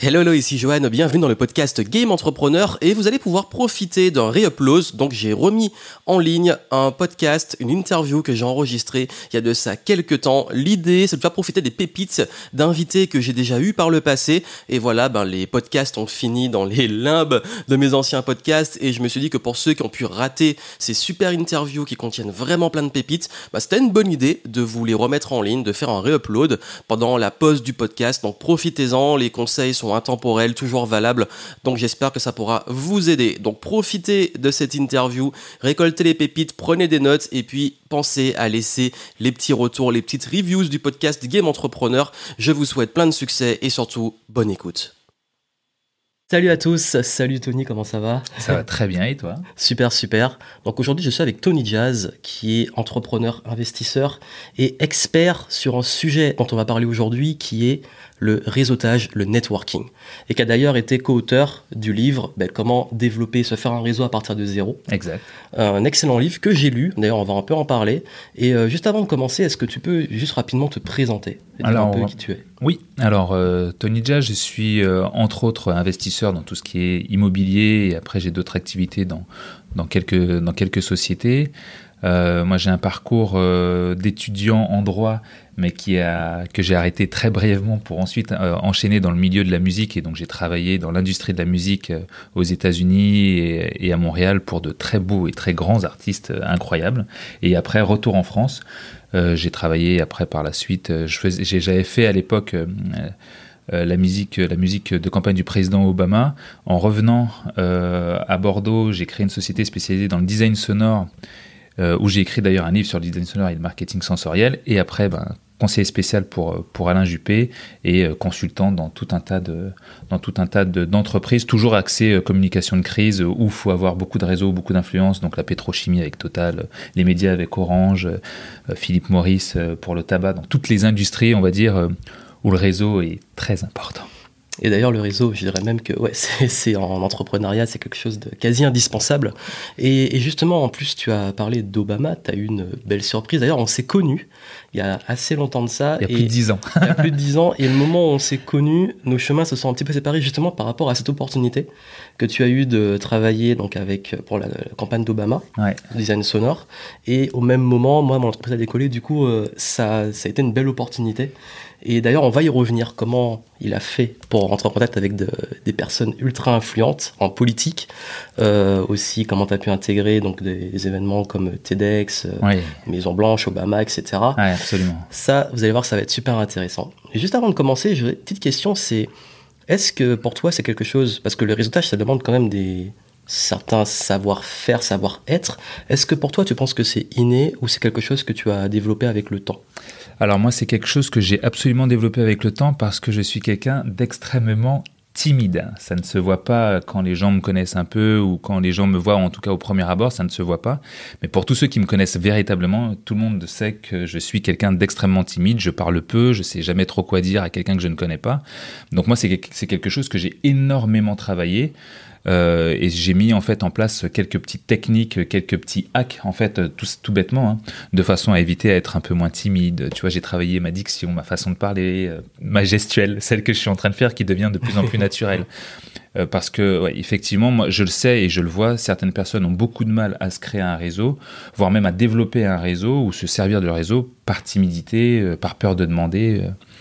Hello, ici Johan, bienvenue dans le podcast Game Entrepreneur et vous allez pouvoir profiter d'un re-upload. Donc j'ai remis en ligne un podcast, une interview que j'ai enregistrée il y a de ça quelques temps. L'idée c'est de faire profiter des pépites d'invités que j'ai déjà eu par le passé. Et voilà, les podcasts ont fini dans les limbes de mes anciens podcasts et je me suis dit que pour ceux qui ont pu rater ces super interviews qui contiennent vraiment plein de pépites, c'était une bonne idée de vous les remettre en ligne, de faire un re-upload pendant la pause du podcast. Donc profitez-en, les conseils sont intemporels, toujours valables, donc j'espère que ça pourra vous aider. Donc profitez de cette interview, récoltez les pépites, prenez des notes et puis pensez à laisser les petits retours, les petites reviews du podcast Game Entrepreneur. Je vous souhaite plein de succès et surtout bonne écoute. Salut à tous, salut Tony, comment ça va ? Ça va très bien et toi ? Super. Donc aujourd'hui je suis avec Tony Jazz qui est entrepreneur, investisseur et expert sur un sujet dont on va parler aujourd'hui qui est le réseautage, le networking. Et qui a d'ailleurs été co-auteur du livre Comment développer, se faire un réseau à partir de zéro. Exact. Un excellent livre que j'ai lu, d'ailleurs on va un peu en parler. Et juste avant de commencer, est-ce que tu peux juste rapidement te présenter et dire un peu qui tu es ? Oui, alors Tony Jazz, je suis entre autres investisseur dans tout ce qui est immobilier et après j'ai d'autres activités dans quelques sociétés. Moi j'ai un parcours d'étudiant en droit mais que j'ai arrêté très brièvement pour ensuite enchaîner dans le milieu de la musique et donc j'ai travaillé dans l'industrie de la musique aux États-Unis et à Montréal pour de très beaux et très grands artistes incroyables et après retour en France. J'ai travaillé après par la suite. J'avais fait à l'époque la musique de campagne du président Obama. En revenant à Bordeaux, j'ai créé une société spécialisée dans le design sonore où j'ai écrit d'ailleurs un livre sur le design sonore et le marketing sensoriel. Et après, conseiller spécial pour Alain Juppé et consultant dans tout un tas d'entreprises, toujours axé communication de crise où il faut avoir beaucoup de réseaux, beaucoup d'influence, donc la pétrochimie avec Total, les médias avec Orange, Philip Morris pour le tabac, dans toutes les industries, on va dire, où le réseau est très important. Et d'ailleurs, le réseau, je dirais même que c'est en entrepreneuriat, c'est quelque chose de quasi indispensable. Et justement, en plus, tu as parlé d'Obama, tu as eu une belle surprise. D'ailleurs, on s'est connus il y a assez longtemps de ça. Il y a plus de 10 ans. Il y a plus de 10 ans. Et le moment où on s'est connus, nos chemins se sont un petit peu séparés justement par rapport à cette opportunité que tu as eu de travailler donc pour la campagne d'Obama, design sonore. Et au même moment, moi, mon entreprise a décollé. Du coup, ça a été une belle opportunité. Et d'ailleurs, on va y revenir, comment il a fait pour rentrer en contact avec des personnes ultra influentes en politique. Aussi, comment tu as pu intégrer donc, des événements comme TEDx, Maison Blanche, Obama, etc. Oui, absolument. Ça, vous allez voir, ça va être super intéressant. Et juste avant de commencer, j'ai une petite question, c'est est-ce que pour toi, c'est quelque chose... Parce que le réseautage, ça demande quand même certains savoir-faire, savoir-être. Est-ce que pour toi, tu penses que c'est inné ou c'est quelque chose que tu as développé avec le temps ? Alors moi, c'est quelque chose que j'ai absolument développé avec le temps parce que je suis quelqu'un d'extrêmement timide. Ça ne se voit pas quand les gens me connaissent un peu ou quand les gens me voient, en tout cas au premier abord, ça ne se voit pas. Mais pour tous ceux qui me connaissent véritablement, tout le monde sait que je suis quelqu'un d'extrêmement timide. Je parle peu, je sais jamais trop quoi dire à quelqu'un que je ne connais pas. Donc moi, c'est quelque chose que j'ai énormément travaillé. Et j'ai mis en fait en place quelques petites techniques, quelques petits hacks en fait tout bêtement, de façon à éviter à être un peu moins timide. Tu vois, j'ai travaillé ma diction, ma façon de parler, ma gestuelle, celle que je suis en train de faire qui devient de plus en plus naturelle. Parce que effectivement, moi je le sais et je le vois, certaines personnes ont beaucoup de mal à se créer un réseau, voire même à développer un réseau ou se servir du réseau par timidité, par peur de demander.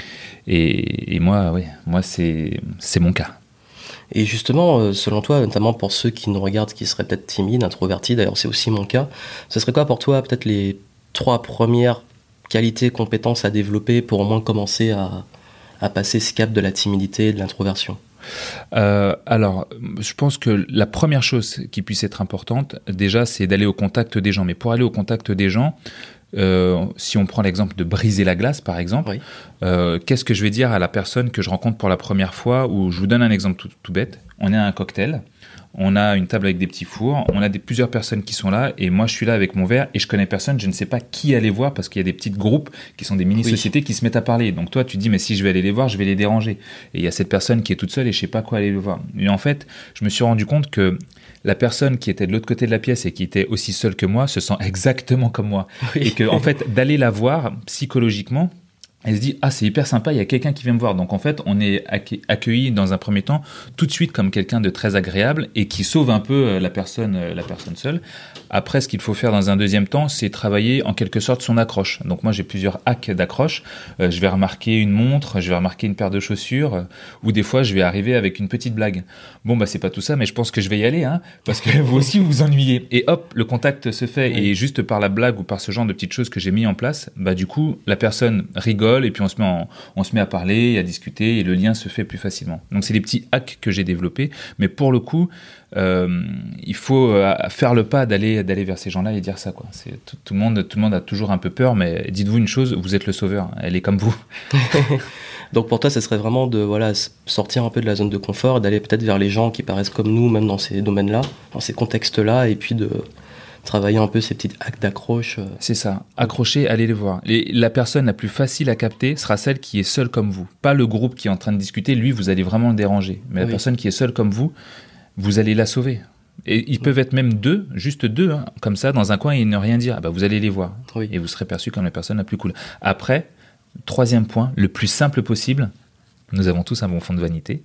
Et moi c'est mon cas. Et justement, selon toi, notamment pour ceux qui nous regardent, qui seraient peut-être timides, introvertis, d'ailleurs c'est aussi mon cas, ce serait quoi pour toi peut-être les 3 premières qualités, compétences à développer pour au moins commencer à passer ce cap de la timidité et de l'introversion ? Alors, je pense que la première chose qui puisse être importante, déjà, c'est d'aller au contact des gens. Mais pour aller au contact des gens, si on prend l'exemple de briser la glace, par exemple, qu'est-ce que je vais dire à la personne que je rencontre pour la première fois, ou je vous donne un exemple tout bête, on est à un cocktail, on a une table avec des petits fours, on a plusieurs personnes qui sont là, et moi je suis là avec mon verre, et je connais personne, je ne sais pas qui aller voir, parce qu'il y a des petits groupes qui sont des mini-sociétés qui se mettent à parler. Donc toi tu dis, mais si je vais aller les voir, je vais les déranger. Et il y a cette personne qui est toute seule, et je ne sais pas quoi aller le voir. Et en fait, je me suis rendu compte que la personne qui était de l'autre côté de la pièce et qui était aussi seule que moi se sent exactement comme moi. Oui. Et que, en fait, d'aller la voir psychologiquement, Elle se dit, ah, c'est hyper sympa, il y a quelqu'un qui vient me voir. Donc en fait, on est accueilli dans un premier temps tout de suite comme quelqu'un de très agréable et qui sauve un peu la personne seule. Après, ce qu'il faut faire dans un deuxième temps, c'est travailler en quelque sorte son accroche. Donc moi, j'ai plusieurs hacks d'accroche. Je vais remarquer une montre, je vais remarquer une paire de chaussures, ou des fois, je vais arriver avec une petite blague. Bon, bah c'est pas tout ça, mais je pense que je vais y aller, parce que vous aussi, vous vous ennuyez. Et hop, le contact se fait. Oui. Et juste par la blague ou par ce genre de petites choses que j'ai mis en place, bah du coup, la personne rigole, et puis on se met à parler, à discuter, et le lien se fait plus facilement. Donc c'est des petits hacks que j'ai développés, mais pour le coup, il faut faire le pas d'aller vers ces gens-là et dire ça, quoi. C'est, tout le monde a toujours un peu peur, mais dites-vous une chose, vous êtes le sauveur, elle est comme vous. Donc pour toi, ce serait vraiment de sortir un peu de la zone de confort, d'aller peut-être vers les gens qui paraissent comme nous, même dans ces domaines-là, dans ces contextes-là, et puis de travailler un peu ces petits actes d'accroche. C'est ça. Accrocher, allez les voir. La personne la plus facile à capter sera celle qui est seule comme vous. Pas le groupe qui est en train de discuter, lui, vous allez vraiment le déranger. Mais la personne qui est seule comme vous allez la sauver. Et ils peuvent être même juste deux, comme ça, dans un coin et ne rien dire. Ah bah, vous allez les voir. Oui. Et vous serez perçu comme la personne la plus cool. Après, troisième point, le plus simple possible, nous avons tous un bon fond de vanité.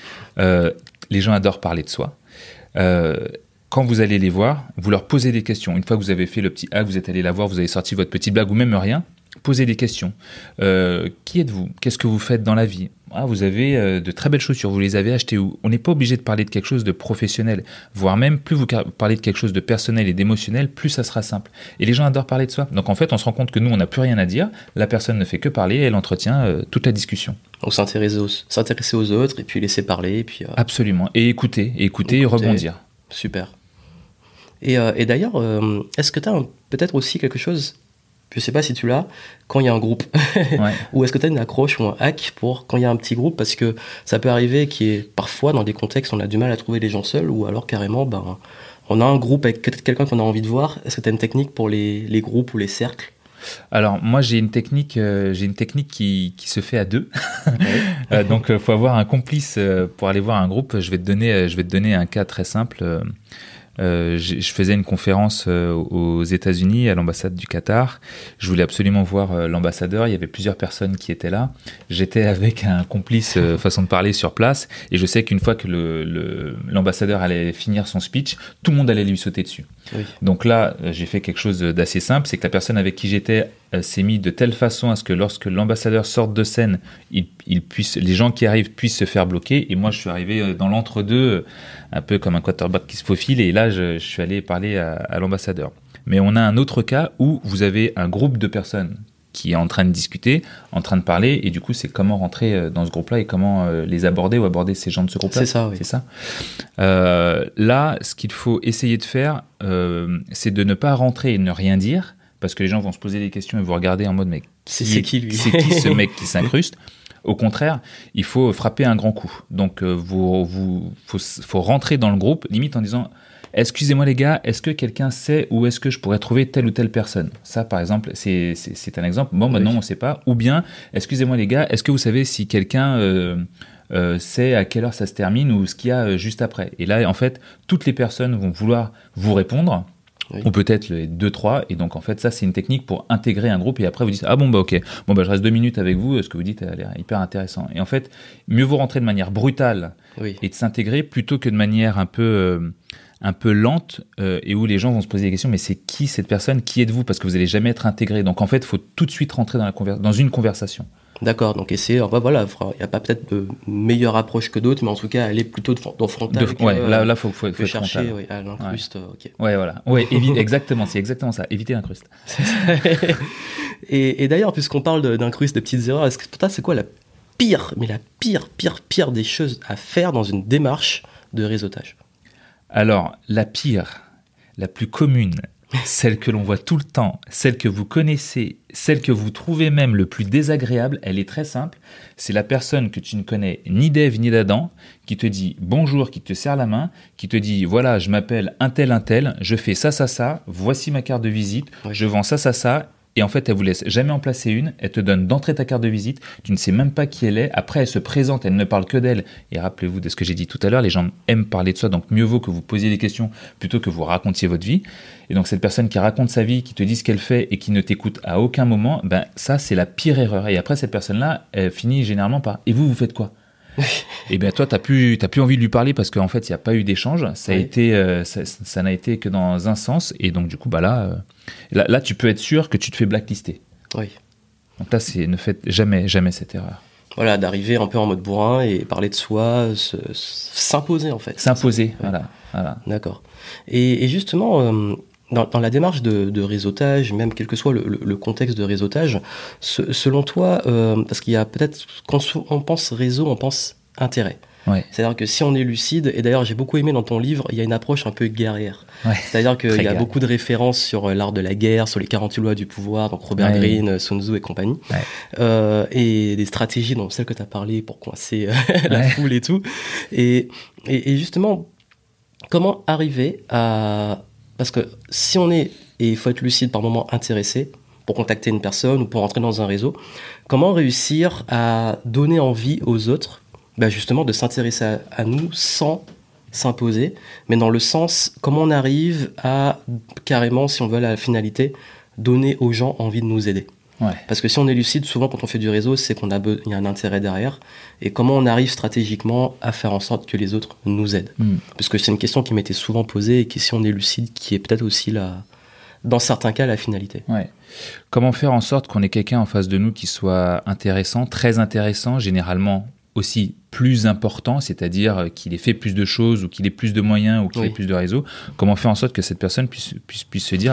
Les gens adorent parler de soi. Quand vous allez les voir, vous leur posez des questions. Une fois que vous avez fait le petit hack, vous êtes allé la voir, vous avez sorti votre petite blague ou même rien, posez des questions. Qui êtes-vous ? Qu'est-ce que vous faites dans la vie ? Vous avez de très belles chaussures, vous les avez achetées où ? On n'est pas obligé de parler de quelque chose de professionnel, voire même plus vous parlez de quelque chose de personnel et d'émotionnel, plus ça sera simple. Et les gens adorent parler de soi. Donc en fait, on se rend compte que nous, on n'a plus rien à dire, la personne ne fait que parler et elle entretient toute la discussion. Donc s'intéresser aux autres et puis laisser parler. Et puis, Absolument. Et écouter et rebondir. Super. Et d'ailleurs, est-ce que tu as peut-être aussi quelque chose, je ne sais pas si tu l'as, quand il y a un groupe ouais. Ou est-ce que tu as une accroche ou un hack pour quand il y a un petit groupe, parce que ça peut arriver parfois dans des contextes on a du mal à trouver les gens seuls, ou alors carrément on a un groupe avec quelqu'un qu'on a envie de voir. Est-ce que tu as une technique pour les groupes ou les cercles ? Alors moi j'ai une technique qui se fait à deux. Ouais. Donc faut avoir un complice pour aller voir un groupe. Je vais te donner un cas très simple. Je faisais une conférence aux États-Unis à l'ambassade du Qatar. Je voulais absolument voir l'ambassadeur. Il y avait plusieurs personnes qui étaient là. J'étais avec un complice façon de parler sur place, et je sais qu'une fois que l'ambassadeur allait finir son speech, tout le monde allait lui sauter dessus. Oui. Donc là, j'ai fait quelque chose d'assez simple, c'est que la personne avec qui j'étais s'est mis de telle façon à ce que lorsque l'ambassadeur sorte de scène, les gens qui arrivent puissent se faire bloquer. Et moi, je suis arrivé dans l'entre-deux, un peu comme un quarterback qui se faufile. Et là, je suis allé parler à l'ambassadeur. Mais on a un autre cas où vous avez un groupe de personnes qui est en train de discuter, en train de parler. Et du coup, c'est comment rentrer dans ce groupe-là et comment les aborder ou aborder ces gens de ce groupe-là. C'est ça, oui. C'est ça. Là, ce qu'il faut essayer de faire, c'est de ne pas rentrer et ne rien dire. Parce que les gens vont se poser des questions et vous regarder en mode, mais c'est qui lui ? C'est qui ce mec qui s'incruste ? Au contraire, il faut frapper un grand coup. Donc, faut rentrer dans le groupe, limite en disant, excusez-moi les gars, est-ce que quelqu'un sait où est-ce que je pourrais trouver telle ou telle personne ? Ça, par exemple, c'est un exemple. Bon, maintenant, on ne sait pas. Ou bien, excusez-moi les gars, est-ce que vous savez si quelqu'un sait à quelle heure ça se termine ou ce qu'il y a juste après ? Et là, en fait, toutes les personnes vont vouloir vous répondre. Oui. Ou peut-être les 2-3, et donc en fait ça c'est une technique pour intégrer un groupe, et après vous dites ah bon bah ok, bon bah je reste 2 minutes avec vous, ce que vous dites a l'air hyper intéressant, et en fait mieux vaut rentrer de manière brutale oui. Et de s'intégrer plutôt que de manière un peu lente et où les gens vont se poser des questions, mais c'est qui cette personne, qui êtes-vous, parce que vous n'allez jamais être intégré, donc en fait il faut tout de suite rentrer dans une conversation. D'accord, donc essayer, voilà, il n'y a pas peut-être de meilleure approche que d'autres, mais en tout cas, aller plutôt dans frontal. Là, faut être chercher frontal. À l'incruste, ouais. Ok. Ouais, voilà. Ouais, exactement, c'est exactement ça, éviter l'incruste. et d'ailleurs, puisqu'on parle d'incruste, de petites erreurs, est-ce que pour toi, c'est quoi la pire des choses à faire dans une démarche de réseautage ? Alors, la pire, la plus commune, celle que l'on voit tout le temps, celle que vous connaissez, celle que vous trouvez même le plus désagréable, elle est très simple. C'est la personne que tu ne connais ni d'Ève ni d'Adam, qui te dit bonjour, qui te serre la main, qui te dit voilà, je m'appelle un tel, je fais ça, voici ma carte de visite, je vends ça, Et en fait, elle vous laisse jamais en placer une. Elle te donne d'entrée ta carte de visite. Tu ne sais même pas qui elle est. Après, elle se présente. Elle ne parle que d'elle. Et rappelez-vous de ce que j'ai dit tout à l'heure. Les gens aiment parler de soi. Donc, mieux vaut que vous posiez des questions plutôt que vous racontiez votre vie. Et donc, cette personne qui raconte sa vie, qui te dit ce qu'elle fait et qui ne t'écoute à aucun moment, ben, ça, c'est la pire erreur. Et après, cette personne-là, elle finit généralement par « Et vous faites quoi ?» Et bien toi, t'as plus envie de lui parler parce qu'en fait, il n'y a pas eu d'échange. Ça n'a été que dans un sens. Et donc, du coup, là, tu peux être sûr que tu te fais blacklister. Oui. Donc là, ne faites jamais cette erreur. Voilà, d'arriver un peu en mode bourrin et parler de soi, s'imposer en fait. S'imposer, ouais. Voilà. D'accord. Et justement, dans la démarche de réseautage, même quel que soit le contexte de réseautage, selon toi, parce qu'il y a peut-être, quand on pense réseau, on pense intérêt. Ouais. C'est-à-dire que si on est lucide, et d'ailleurs j'ai beaucoup aimé dans ton livre, il y a une approche un peu guerrière. Ouais. C'est-à-dire qu'il y a beaucoup de références sur l'art de la guerre, sur les 48 lois du pouvoir, donc Robert Greene, Sun Tzu et compagnie, et des stratégies, dont celle que tu as parlé pour coincer la foule et tout. Et justement, comment arriver à... Parce que si on est, et il faut être lucide par moment, intéressé pour contacter une personne ou pour entrer dans un réseau, comment réussir à donner envie aux autres justement de s'intéresser à nous sans s'imposer, mais dans le sens, comment on arrive à carrément, si on veut la finalité, donner aux gens envie de nous aider. Ouais. Parce que si on est lucide, souvent quand on fait du réseau, c'est qu'il y a un intérêt derrière. Et comment on arrive stratégiquement à faire en sorte que les autres nous aident. Parce que c'est une question qui m'était souvent posée et qui, si on est lucide, qui est peut-être aussi dans certains cas, la finalité. Ouais. Comment faire en sorte qu'on ait quelqu'un en face de nous qui soit intéressant, très intéressant, généralement aussi plus important, c'est-à-dire qu'il ait fait plus de choses ou qu'il ait plus de moyens ou qu'il ait plus de réseaux. Comment faire en sorte que cette personne puisse se dire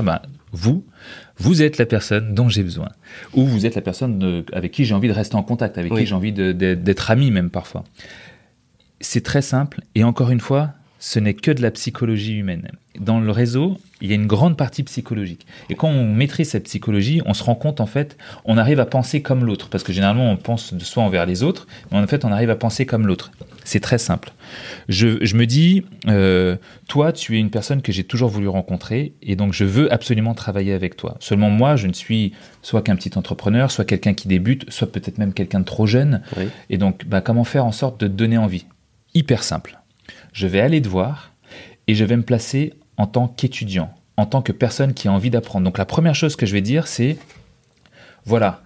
vous êtes la personne dont j'ai besoin, ou vous êtes la personne avec qui j'ai envie de rester en contact, avec qui j'ai envie d'être ami même parfois. C'est très simple et encore une fois, ce n'est que de la psychologie humaine. Dans le réseau, il y a une grande partie psychologique. Et quand on maîtrise cette psychologie, on se rend compte, en fait, on arrive à penser comme l'autre. Parce que généralement, on pense de soi envers les autres, mais en fait, on arrive à penser comme l'autre. C'est très simple. Je me dis, toi, tu es une personne que j'ai toujours voulu rencontrer, et donc je veux absolument travailler avec toi. Seulement moi, je ne suis soit qu'un petit entrepreneur, soit quelqu'un qui débute, soit peut-être même quelqu'un de trop jeune. Oui. Et donc, comment faire en sorte de te donner envie ? Hyper simple. Je vais aller te voir et je vais me placer en tant qu'étudiant, en tant que personne qui a envie d'apprendre. Donc la première chose que je vais dire, c'est, voilà,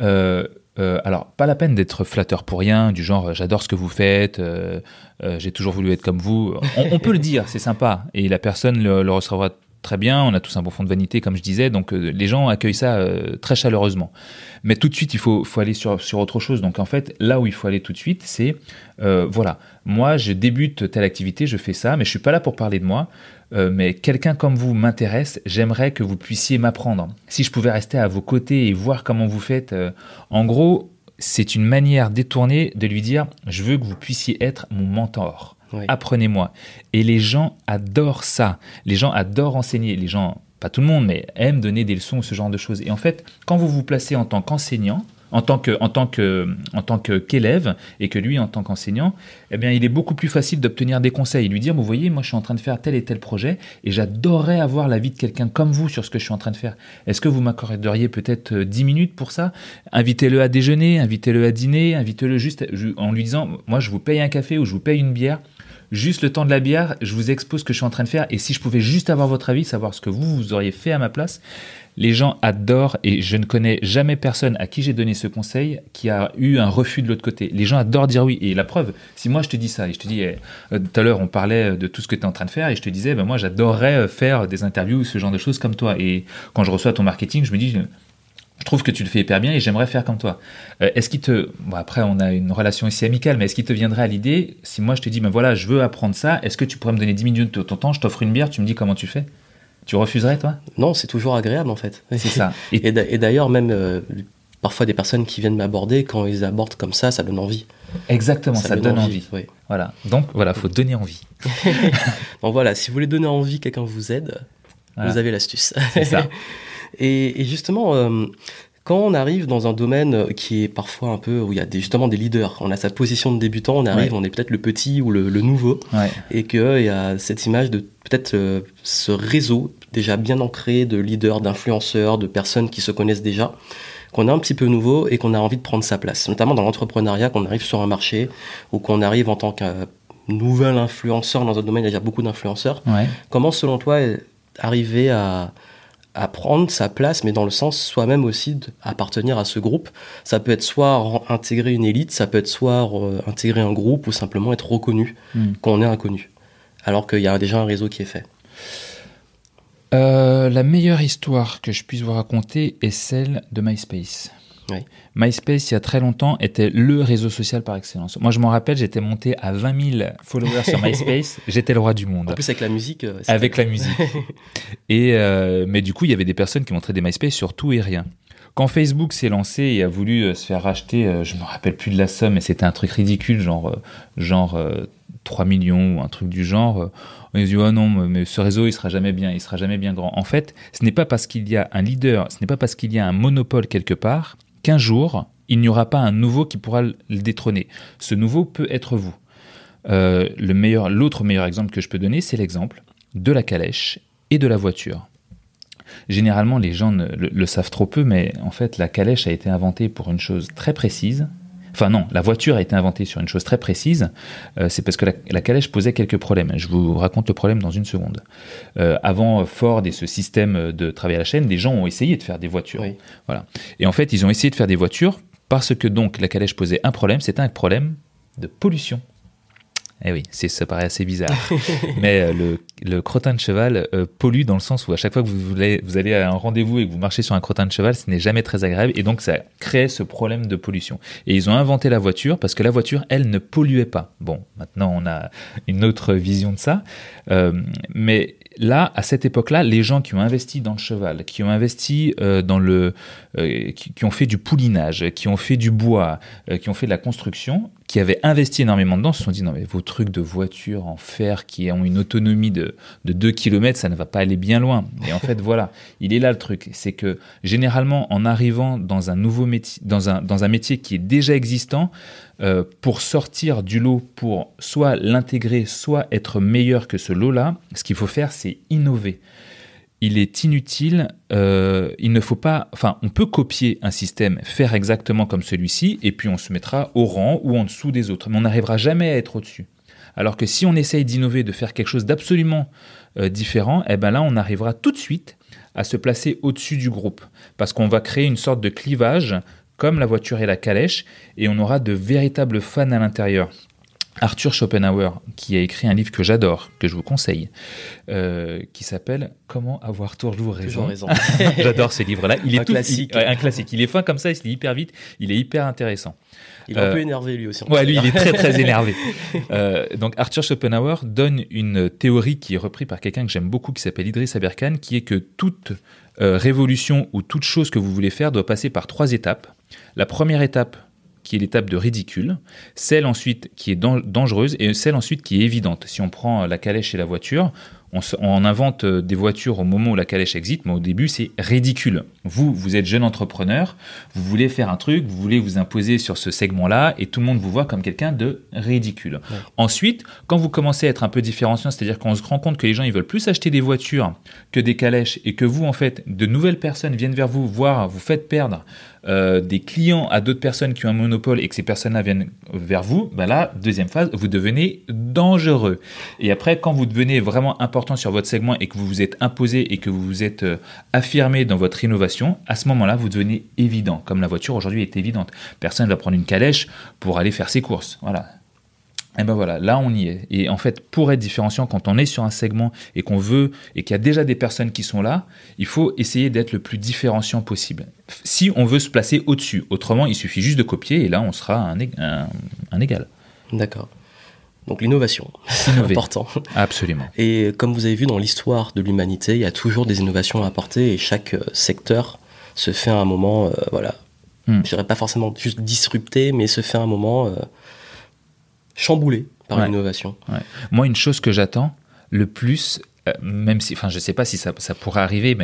alors pas la peine d'être flatteur pour rien, du genre j'adore ce que vous faites, j'ai toujours voulu être comme vous. On peut le dire, c'est sympa, et la personne le recevra très bien, on a tous un bon fond de vanité, comme je disais, donc les gens accueillent ça très chaleureusement. Mais tout de suite, il faut aller sur autre chose. Donc en fait, là où il faut aller tout de suite, c'est, voilà, moi je débute telle activité, je fais ça, mais je ne suis pas là pour parler de moi, mais quelqu'un comme vous m'intéresse, j'aimerais que vous puissiez m'apprendre. Si je pouvais rester à vos côtés et voir comment vous faites, en gros, c'est une manière détournée de lui dire, je veux que vous puissiez être mon mentor. Oui. Apprenez-moi. Et les gens adorent ça. Les gens adorent enseigner. Les gens, pas tout le monde, mais aiment donner des leçons ou ce genre de choses. Et en fait, quand vous vous placez en tant qu'enseignant, en tant qu'élève, et que lui en tant qu'enseignant, eh bien, il est beaucoup plus facile d'obtenir des conseils. Lui dire, vous voyez, moi je suis en train de faire tel et tel projet, et j'adorerais avoir l'avis de quelqu'un comme vous sur ce que je suis en train de faire. Est-ce que vous m'accorderiez peut-être 10 minutes pour ça ? Invitez-le à déjeuner, invitez-le à dîner, invitez-le juste en lui disant, moi je vous paye un café ou je vous paye une bière. Juste le temps de la bière, je vous expose ce que je suis en train de faire, et si je pouvais juste avoir votre avis, savoir ce que vous auriez fait à ma place. Les gens adorent, et je ne connais jamais personne à qui j'ai donné ce conseil qui a eu un refus de l'autre côté. Les gens adorent dire oui, et la preuve, si moi je te dis ça, et je te dis, tout à l'heure on parlait de tout ce que tu es en train de faire, et je te disais, moi j'adorerais faire des interviews, ce genre de choses comme toi, et quand je reçois ton marketing, je me dis, je trouve que tu le fais hyper bien et j'aimerais faire comme toi. Est-ce qu'il te... Bon, après, on a une relation ici amicale, mais est-ce qu'il te viendrait à l'idée, si moi je te dis, voilà, je veux apprendre ça, est-ce que tu pourrais me donner 10 minutes de ton temps, je t'offre une bière, tu me dis comment tu fais ? Tu refuserais, toi ? Non, c'est toujours agréable, en fait. C'est ça. Et d'ailleurs, même parfois des personnes qui viennent m'aborder, quand ils abordent comme ça donne envie. Exactement, ça donne envie. Oui. Voilà. Donc, voilà, faut donner envie. Donc voilà, si vous voulez donner envie, quelqu'un vous aide, voilà. Vous avez l'astuce. C'est ça. Et justement, quand on arrive dans un domaine qui est parfois un peu, où il y a justement des leaders, on a sa position de débutant, on arrive, on est peut-être le petit ou le nouveau, et qu'il y a cette image de peut-être ce réseau, déjà bien ancré, de leaders, d'influenceurs, de personnes qui se connaissent déjà, qu'on est un petit peu nouveau et qu'on a envie de prendre sa place. Notamment dans l'entrepreneuriat, qu'on arrive sur un marché ou qu'on arrive en tant que nouvel influenceur dans un domaine, il y a déjà beaucoup d'influenceurs. Ouais. Comment, selon toi, arriver à prendre sa place, mais dans le sens soi-même aussi d'appartenir à ce groupe? Ça peut être soit intégrer une élite, ça peut être soit intégrer un groupe ou simplement être reconnu qu'on est inconnu, alors qu'il y a déjà un réseau qui est fait. La meilleure histoire que je puisse vous raconter est celle de MySpace. Oui. MySpace, il y a très longtemps, était le réseau social par excellence. Moi, je m'en rappelle, j'étais monté à 20 000 followers sur MySpace. J'étais le roi du monde. En plus, avec la musique. Avec la musique. Mais du coup, il y avait des personnes qui montraient des MySpace sur tout et rien. Quand Facebook s'est lancé et a voulu se faire racheter, je ne me rappelle plus de la somme, mais c'était un truc ridicule, genre 3 millions ou un truc du genre. On a dit, oh non, mais ce réseau, il sera jamais bien grand. En fait, ce n'est pas parce qu'il y a un leader, ce n'est pas parce qu'il y a un monopole quelque part, qu'un jour, il n'y aura pas un nouveau qui pourra le détrôner. Ce nouveau peut être vous. L'autre meilleur exemple que je peux donner, c'est l'exemple de la calèche et de la voiture. Généralement, les gens le savent trop peu, mais en fait, la calèche a été inventée pour une chose très précise. Enfin non, la voiture a été inventée sur une chose très précise. C'est parce que la calèche posait quelques problèmes. Je vous raconte le problème dans une seconde. Avant Ford et ce système de travail à la chaîne, des gens ont essayé de faire des voitures. Oui. Voilà. Et en fait, ils ont essayé de faire des voitures parce que donc la calèche posait un problème. C'était un problème de pollution. Eh oui, ça paraît assez bizarre. Mais le crottin de cheval pollue dans le sens où à chaque fois que vous allez à un rendez-vous et que vous marchez sur un crottin de cheval, ce n'est jamais très agréable. Et donc, ça crée ce problème de pollution. Et ils ont inventé la voiture parce que la voiture, elle, ne polluait pas. Bon, maintenant, on a une autre vision de ça. Mais là, à cette époque-là, les gens qui ont investi dans le cheval, qui ont investi qui ont fait du poulinage, qui ont fait du bois, qui ont fait de la construction, qui avaient investi énormément dedans, se sont dit non mais vos trucs de voitures en fer qui ont une autonomie de 2 km, ça ne va pas aller bien loin. Et en fait voilà, il est là le truc, c'est que généralement en arrivant dans un nouveau métier, dans un métier qui est déjà existant, pour sortir du lot, pour soit l'intégrer, soit être meilleur que ce lot-là, ce qu'il faut faire, c'est innover. Il est inutile, il ne faut pas... Enfin, on peut copier un système, faire exactement comme celui-ci, et puis on se mettra au rang ou en dessous des autres. Mais on n'arrivera jamais à être au-dessus. Alors que si on essaye d'innover, de faire quelque chose d'absolument différent, eh ben là, on arrivera tout de suite à se placer au-dessus du groupe. Parce qu'on va créer une sorte de clivage, comme la voiture et la calèche, et on aura de véritables fans à l'intérieur. Arthur Schopenhauer, qui a écrit un livre que j'adore, que je vous conseille, qui s'appelle « Comment avoir toujours raison ». J'adore ce livre-là. Il est classique. Un classique. Il est fin comme ça, il se lit hyper vite, il est hyper intéressant. Il est un peu énervé lui aussi. Ouais, lui, il est très très énervé. Donc Arthur Schopenhauer donne une théorie qui est reprise par quelqu'un que j'aime beaucoup, qui s'appelle Idriss Aberkan, qui est que toute révolution ou toute chose que vous voulez faire doit passer par 3 étapes. La première étape, qui est l'étape de ridicule, celle ensuite qui est dangereuse et celle ensuite qui est évidente. Si on prend la calèche et la voiture, on invente des voitures au moment où la calèche existe, mais au début c'est ridicule. Vous êtes jeune entrepreneur, vous voulez faire un truc, vous voulez vous imposer sur ce segment-là et tout le monde vous voit comme quelqu'un de ridicule. Ouais. Ensuite, quand vous commencez à être un peu différenciant, c'est-à-dire qu'on se rend compte que les gens ils veulent plus acheter des voitures que des calèches et que vous en fait, de nouvelles personnes viennent vers vous, voire vous faites perdre des clients à d'autres personnes qui ont un monopole et que ces personnes-là viennent vers vous, ben là, deuxième phase, vous devenez dangereux. Et après, quand vous devenez vraiment important sur votre segment et que vous vous êtes imposé et que vous vous êtes affirmé dans votre innovation, à ce moment-là, vous devenez évident. Comme la voiture aujourd'hui est évidente. Personne ne va prendre une calèche pour aller faire ses courses. Voilà. Et ben voilà, là on y est. Et en fait, pour être différenciant, quand on est sur un segment et qu'on veut, et qu'il y a déjà des personnes qui sont là, il faut essayer d'être le plus différenciant possible. Si on veut se placer au-dessus, autrement, il suffit juste de copier et là on sera un égal. D'accord. Donc l'innovation, c'est important. Absolument. Et comme vous avez vu dans l'histoire de l'humanité, il y a toujours des innovations à apporter et chaque secteur se fait à un moment, je dirais pas forcément juste disrupté, mais se fait à un moment chamboulé par l'innovation. Ouais. Moi, une chose que j'attends le plus, même si, enfin, je sais pas si ça pourrait arriver, mais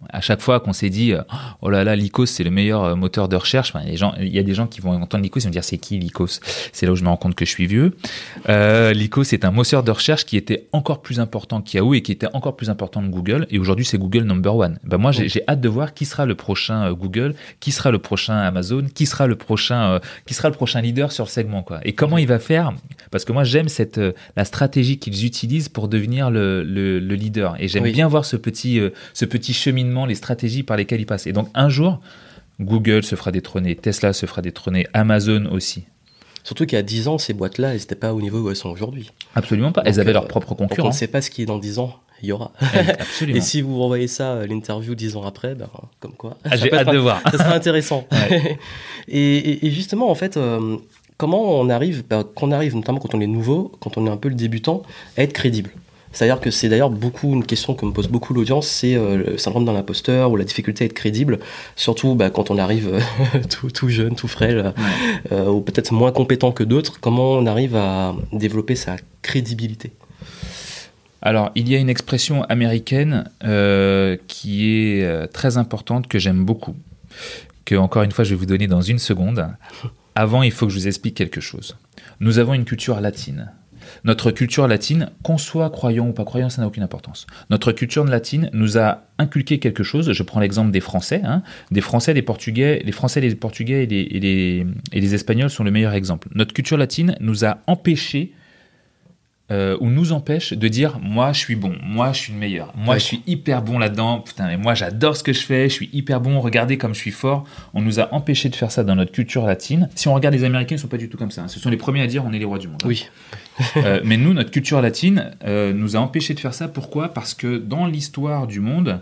À chaque fois qu'on s'est dit oh là là, Lycos c'est le meilleur moteur de recherche, il y a des gens qui vont entendre Lycos et vont dire c'est qui Lycos? C'est là où je me rends compte que je suis vieux. Lycos c'est un moteur de recherche qui était encore plus important qu'Yahoo et qui était encore plus important que Google, et aujourd'hui c'est Google number one. Moi j'ai hâte de voir qui sera le prochain Google, qui sera le prochain Amazon, qui sera le prochain leader sur le segment, quoi. Et comment il va faire, parce que moi j'aime la stratégie qu'ils utilisent pour devenir le leader, et j'aime bien voir ce petit cheminement, les stratégies par lesquelles ils passent. Et donc un jour, Google se fera détrôner, Tesla se fera détrôner, Amazon aussi. Surtout qu'il y a 10 ans, ces boîtes-là, elles n'étaient pas au niveau où elles sont aujourd'hui. Absolument pas. Elles avaient leur propre concurrent. On ne sait pas ce qui est dans 10 ans. Il y aura. Absolument. Et si vous renvoyez ça, l'interview 10 ans après, comme quoi. J'ai hâte de voir. Ça sera intéressant. Ouais. et justement, en fait, comment on arrive, notamment quand on est nouveau, quand on est un peu le débutant, à être crédible? C'est-à-dire que c'est d'ailleurs une question que me pose beaucoup l'audience, c'est le syndrome d'un imposteur ou la difficulté à être crédible, surtout quand on arrive tout jeune, tout frêle, ou peut-être moins compétent que d'autres. Comment on arrive à développer sa crédibilité? Alors, il y a une expression américaine qui est très importante, que j'aime beaucoup, que encore une fois je vais vous donner dans une seconde. Avant, il faut que je vous explique quelque chose. Nous avons une culture latine. Notre culture latine, qu'on soit croyant ou pas croyant, ça n'a aucune importance. Notre culture latine nous a inculqué quelque chose. Je prends l'exemple des Français. Des Français, des Portugais. Les Français, les Portugais et les Espagnols sont le meilleur exemple. Notre culture latine nous a empêchés ou nous empêche de dire moi je suis bon, moi je suis le meilleur, moi je suis hyper bon là-dedans, putain mais moi j'adore ce que je fais, je suis hyper bon, regardez comme je suis fort. On nous a empêché de faire ça dans notre culture latine. Si on regarde les Américains, ils sont pas du tout comme ça, ce sont les premiers à dire on est les rois du monde. Oui. Mais nous, notre culture latine nous a empêché de faire ça. Pourquoi ? Parce que dans l'histoire du monde,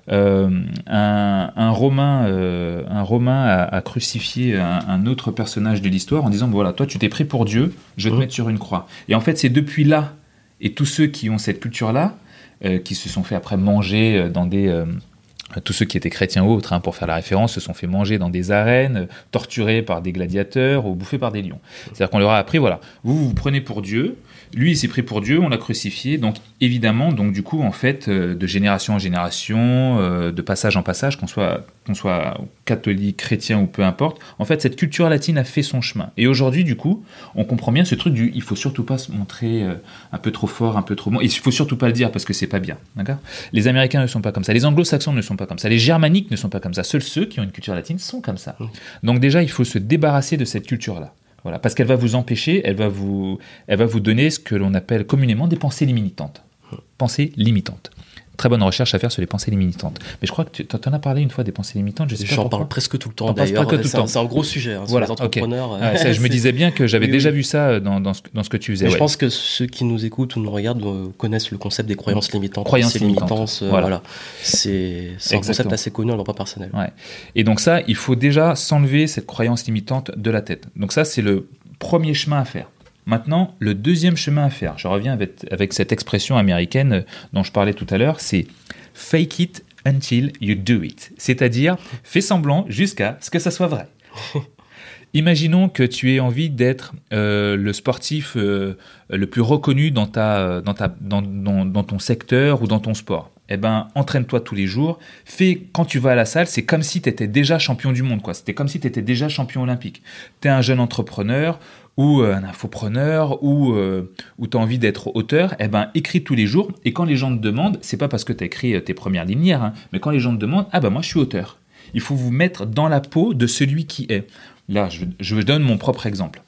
un Romain a crucifié un autre personnage de l'histoire en disant voilà, toi tu t'es pris pour Dieu, je vais te mettre sur une croix. Et en fait, c'est depuis là, et tous ceux qui ont cette culture-là, qui se sont fait après manger dans des... tous ceux qui étaient chrétiens ou autres, pour faire la référence, se sont fait manger dans des arènes, torturés par des gladiateurs ou bouffés par des lions. C'est-à-dire qu'on leur a appris, voilà, vous prenez pour Dieu, lui il s'est pris pour Dieu, on l'a crucifié, donc évidemment, donc du coup, en fait, de génération en génération, de passage en passage, qu'on soit catholique, chrétien ou peu importe, en fait, cette culture latine a fait son chemin. Et aujourd'hui, du coup, on comprend bien ce truc du, il faut surtout pas se montrer un peu trop fort, un peu trop bon, et il faut surtout pas le dire parce que c'est pas bien, d'accord ? Les Américains ne sont pas comme ça, les Anglo-Saxons ne sont pas comme ça, les Germaniques ne sont pas comme ça, seuls ceux qui ont une culture latine sont comme ça. Donc déjà, il faut se débarrasser de cette culture-là. Voilà, parce qu'elle va vous empêcher, elle va vous donner ce que l'on appelle communément des pensées limitantes. Pensées limitantes. Très bonne recherche à faire sur les pensées limitantes. Mais je crois que tu en as parlé une fois des pensées limitantes. J'en parle presque tout le temps d'ailleurs. C'est un gros sujet sur les entrepreneurs. Okay. Ça, je me disais bien que j'avais déjà vu ça dans ce que tu faisais. Je pense que ceux qui nous écoutent ou nous regardent connaissent le concept des croyances limitantes. Croyances limitantes. Voilà. C'est un concept assez connu en droit personnel. Ouais. Et donc ça, il faut déjà s'enlever cette croyance limitante de la tête. Donc ça, c'est le premier chemin à faire. Maintenant, le deuxième chemin à faire, je reviens avec cette expression américaine dont je parlais tout à l'heure, c'est « fake it until you do it ». C'est-à-dire, fais semblant jusqu'à ce que ça soit vrai. Imaginons que tu aies envie d'être le sportif le plus reconnu dans ton secteur ou dans ton sport. Eh ben, entraîne-toi tous les jours. Quand tu vas à la salle, c'est comme si tu étais déjà champion du monde, quoi. C'était comme si tu étais déjà champion olympique. Tu es un jeune entrepreneur ou un infopreneur ou tu as envie d'être auteur, eh ben, écris tous les jours. Et quand les gens te demandent, c'est pas parce que tu as écrit tes premières lignes hier, mais quand les gens te demandent, ah ben moi je suis auteur. Il faut vous mettre dans la peau de celui qui est. Là, je donne mon propre exemple.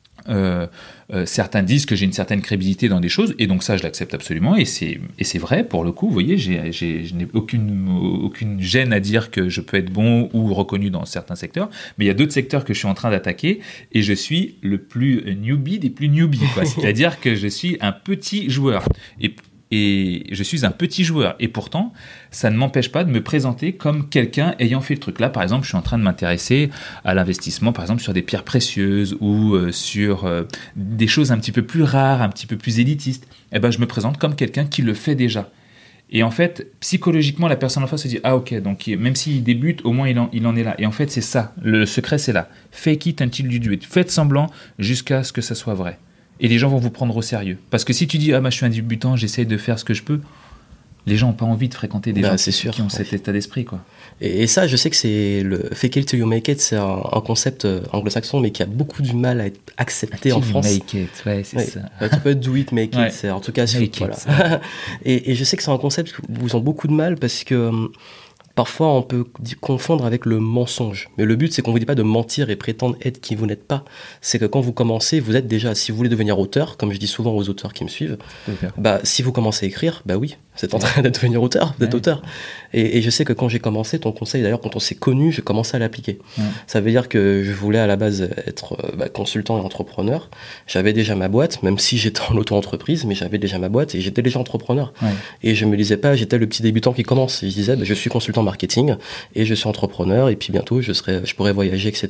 Certains disent que j'ai une certaine crédibilité dans des choses, et donc ça, je l'accepte absolument, et c'est vrai, pour le coup, vous voyez, je n'ai aucune gêne à dire que je peux être bon ou reconnu dans certains secteurs, mais il y a d'autres secteurs que je suis en train d'attaquer, et je suis le plus newbie des plus newbies, quoi. C'est-à-dire que je suis un petit joueur, et je suis un petit joueur. Et pourtant, ça ne m'empêche pas de me présenter comme quelqu'un ayant fait le truc. Là, par exemple, je suis en train de m'intéresser à l'investissement, par exemple, sur des pierres précieuses ou sur des choses un petit peu plus rares, un petit peu plus élitistes. Eh ben, je me présente comme quelqu'un qui le fait déjà. Et en fait, psychologiquement, la personne en face se dit « Ah ok, donc même s'il débute, au moins il en est là. » Et en fait, c'est ça. Le secret, c'est là. Fake it until you do it. Faites semblant jusqu'à ce que ça soit vrai. Et les gens vont vous prendre au sérieux. Parce que si tu dis « Ah, je suis un débutant, j'essaye de faire ce que je peux », Les gens n'ont pas envie de fréquenter des gens qui ont cet état d'esprit, quoi. Et ça, je sais que c'est le fake it till you make it, c'est un concept anglo-saxon, mais qui a beaucoup du mal à être accepté en France. Make it, ouais, c'est ça. Ça peut être do it, make it, c'est en tout cas voilà. Et je sais que c'est un concept où ils ont beaucoup de mal parce que parfois on peut confondre avec le mensonge. Mais le but, c'est qu'on ne vous dit pas de mentir et prétendre être qui vous n'êtes pas. C'est que quand vous commencez, vous êtes déjà, si vous voulez devenir auteur, comme je dis souvent aux auteurs qui me suivent, si vous commencez à écrire, oui, vous êtes en train d'être devenir auteur, d'être auteur. Et je sais que quand j'ai commencé, ton conseil d'ailleurs, quand on s'est connu, j'ai commencé à l'appliquer. Ça veut dire que je voulais à la base être consultant et entrepreneur. J'avais déjà ma boîte, même si j'étais en auto-entreprise, mais j'avais déjà ma boîte et j'étais déjà entrepreneur. Et je me disais pas, j'étais le petit débutant qui commence. Je disais, je suis consultant marketing et je suis entrepreneur et puis bientôt je pourrais voyager, etc.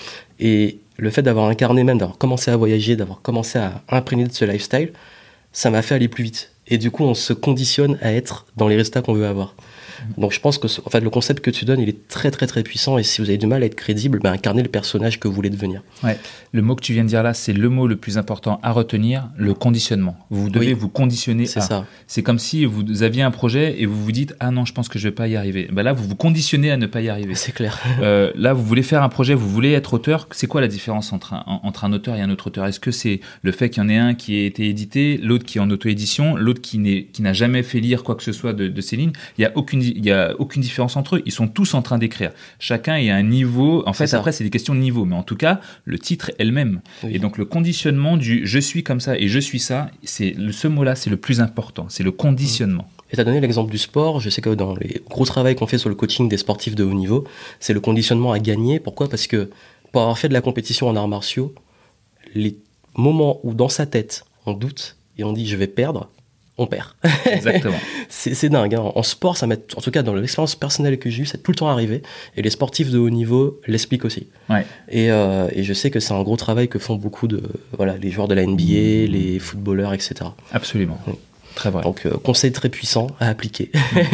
Et le fait d'avoir incarné même, d'avoir commencé à voyager, d'avoir commencé à imprégner de ce lifestyle, ça m'a fait aller plus vite. Et du coup, on se conditionne à être dans les résultats qu'on veut avoir. Donc je pense que le concept que tu donnes, il est très très très puissant, et si vous avez du mal à être crédible, incarnez le personnage que vous voulez devenir. Ouais. Le mot que tu viens de dire là, c'est le mot le plus important à retenir, le conditionnement. Vous devez vous conditionner à. Ça. C'est comme si vous aviez un projet et vous vous dites « Ah non, je pense que je ne vais pas y arriver ». Là, vous vous conditionnez à ne pas y arriver. C'est clair. Là, vous voulez faire un projet, vous voulez être auteur. C'est quoi la différence entre un auteur et un autre auteur ? Est-ce que c'est le fait qu'il y en ait un qui ait été édité, l'autre qui est en auto-édition, l'autre qui n'a jamais fait lire quoi que ce soit de ces lignes ? Il n'y a aucune différence entre eux. Ils sont tous en train d'écrire. Chacun est à un niveau. En fait, après, c'est des questions de niveau. Mais en tout cas, le titre est le même. Oui. Et donc, le conditionnement du « je suis comme ça et je suis ça », ce mot-là, c'est le plus important. C'est le conditionnement. Et tu as donné l'exemple du sport. Je sais que dans les gros travaux qu'on fait sur le coaching des sportifs de haut niveau, c'est le conditionnement à gagner. Pourquoi ? Parce que pour avoir fait de la compétition en arts martiaux, les moments où dans sa tête, on doute et on dit « je vais perdre », on perd. Exactement. c'est dingue. En sport, ça m'est, en tout cas dans l'expérience personnelle que j'ai eue, c'est tout le temps arrivé. Et les sportifs de haut niveau l'expliquent aussi. Ouais. Et je sais que c'est un gros travail que font beaucoup les joueurs de la NBA, les footballeurs, etc. Absolument. Oui. Très vrai. Donc, conseil très puissant à appliquer.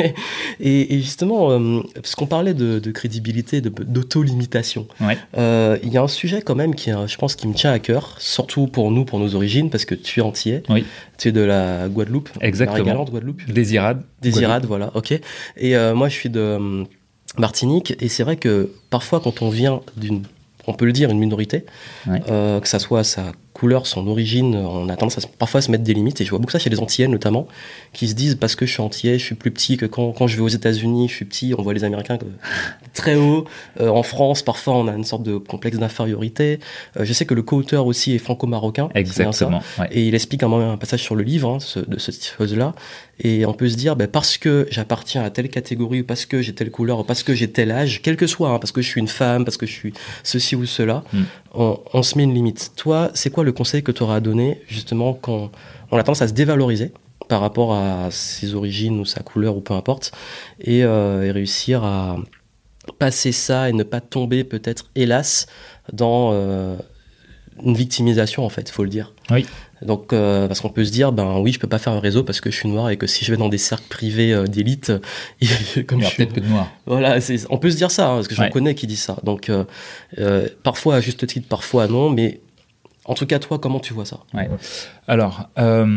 Et justement, parce qu'on parlait de crédibilité, d'auto-limitation, il y a un sujet quand même je pense, qui me tient à cœur, surtout pour nous, pour nos origines, parce que tu es antillais, tu es de la Guadeloupe. Exactement. Marie-Galante, Guadeloupe. Désirade, voilà, ok. Et moi, je suis de Martinique, et c'est vrai que parfois, quand on vient on peut le dire, une minorité, que ça soit sa couleur, son origine, on a tendance parfois à se mettre des limites, et je vois beaucoup ça chez les Antillais notamment, qui se disent parce que je suis Antillais, je suis plus petit que quand je vais aux États-Unis, je suis petit, on voit les Américains très haut. En France, parfois on a une sorte de complexe d'infériorité. Je sais que le co-auteur aussi est franco-marocain. Exactement. Et il explique un passage sur le livre de cette chose-là, et on peut se dire parce que j'appartiens à telle catégorie, ou parce que j'ai telle couleur, ou parce que j'ai tel âge, quel que soit, parce que je suis une femme, parce que je suis ceci ou cela, on se met une limite. Toi, c'est quoi le conseil que tu auras à donner justement quand on a tendance à se dévaloriser par rapport à ses origines ou sa couleur ou peu importe, et réussir à passer ça et ne pas tomber peut-être, hélas, dans une victimisation, en fait, il faut le dire. Oui. Donc, parce qu'on peut se dire, oui, je peux pas faire un réseau parce que je suis noir, et que si je vais dans des cercles privés d'élite, comme je suis peut-être que de noir. Voilà, on peut se dire ça, parce que j'en connais qui disent ça. Donc, parfois à juste titre, parfois non, mais en tout cas, toi, comment tu vois ça ? Alors,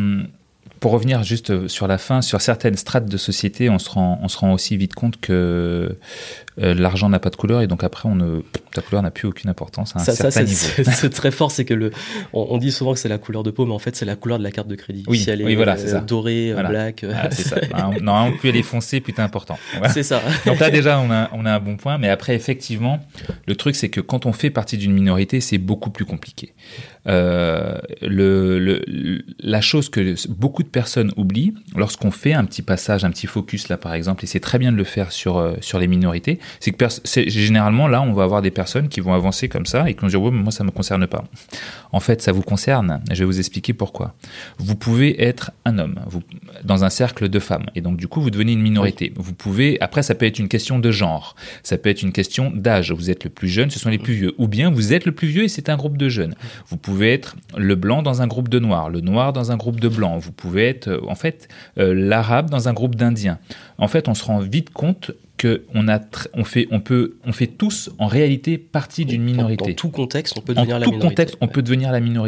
pour revenir juste sur la fin, sur certaines strates de société, on se rend aussi vite compte que l'argent n'a pas de couleur, et donc après, ta couleur n'a plus aucune importance à un certain niveau. C'est très fort, c'est que on dit souvent que c'est la couleur de peau, mais en fait, c'est la couleur de la carte de crédit. Oui, si elle est c'est ça. Dorée, black. C'est ça. Non, plus elle est foncée, plus t'es important. Voilà. C'est ça. Donc là, déjà, on a un bon point, mais après, effectivement, le truc, c'est que quand on fait partie d'une minorité, c'est beaucoup plus compliqué. La chose que beaucoup de personnes oublient lorsqu'on fait un petit passage, un petit focus là par exemple, et c'est très bien de le faire sur les minorités, c'est que généralement là on va avoir des personnes qui vont avancer comme ça et qui vont dire ouais, mais moi ça me concerne pas. En fait ça vous concerne, je vais vous expliquer pourquoi. Vous pouvez être un homme dans un cercle de femmes, et donc du coup vous devenez une minorité. Vous pouvez, après ça peut être une question de genre, ça peut être une question d'âge, vous êtes le plus jeune, ce sont les plus vieux, ou bien vous êtes le plus vieux et c'est un groupe de jeunes. Vous pouvez être le blanc dans un groupe de noirs, le noir dans un groupe de blancs, vous pouvez être l'arabe dans un groupe d'indiens. En fait, on se rend vite compte qu'on fait tous en réalité partie d'une minorité. Dans tout contexte, on peut devenir la minorité. On peut devenir la minorité.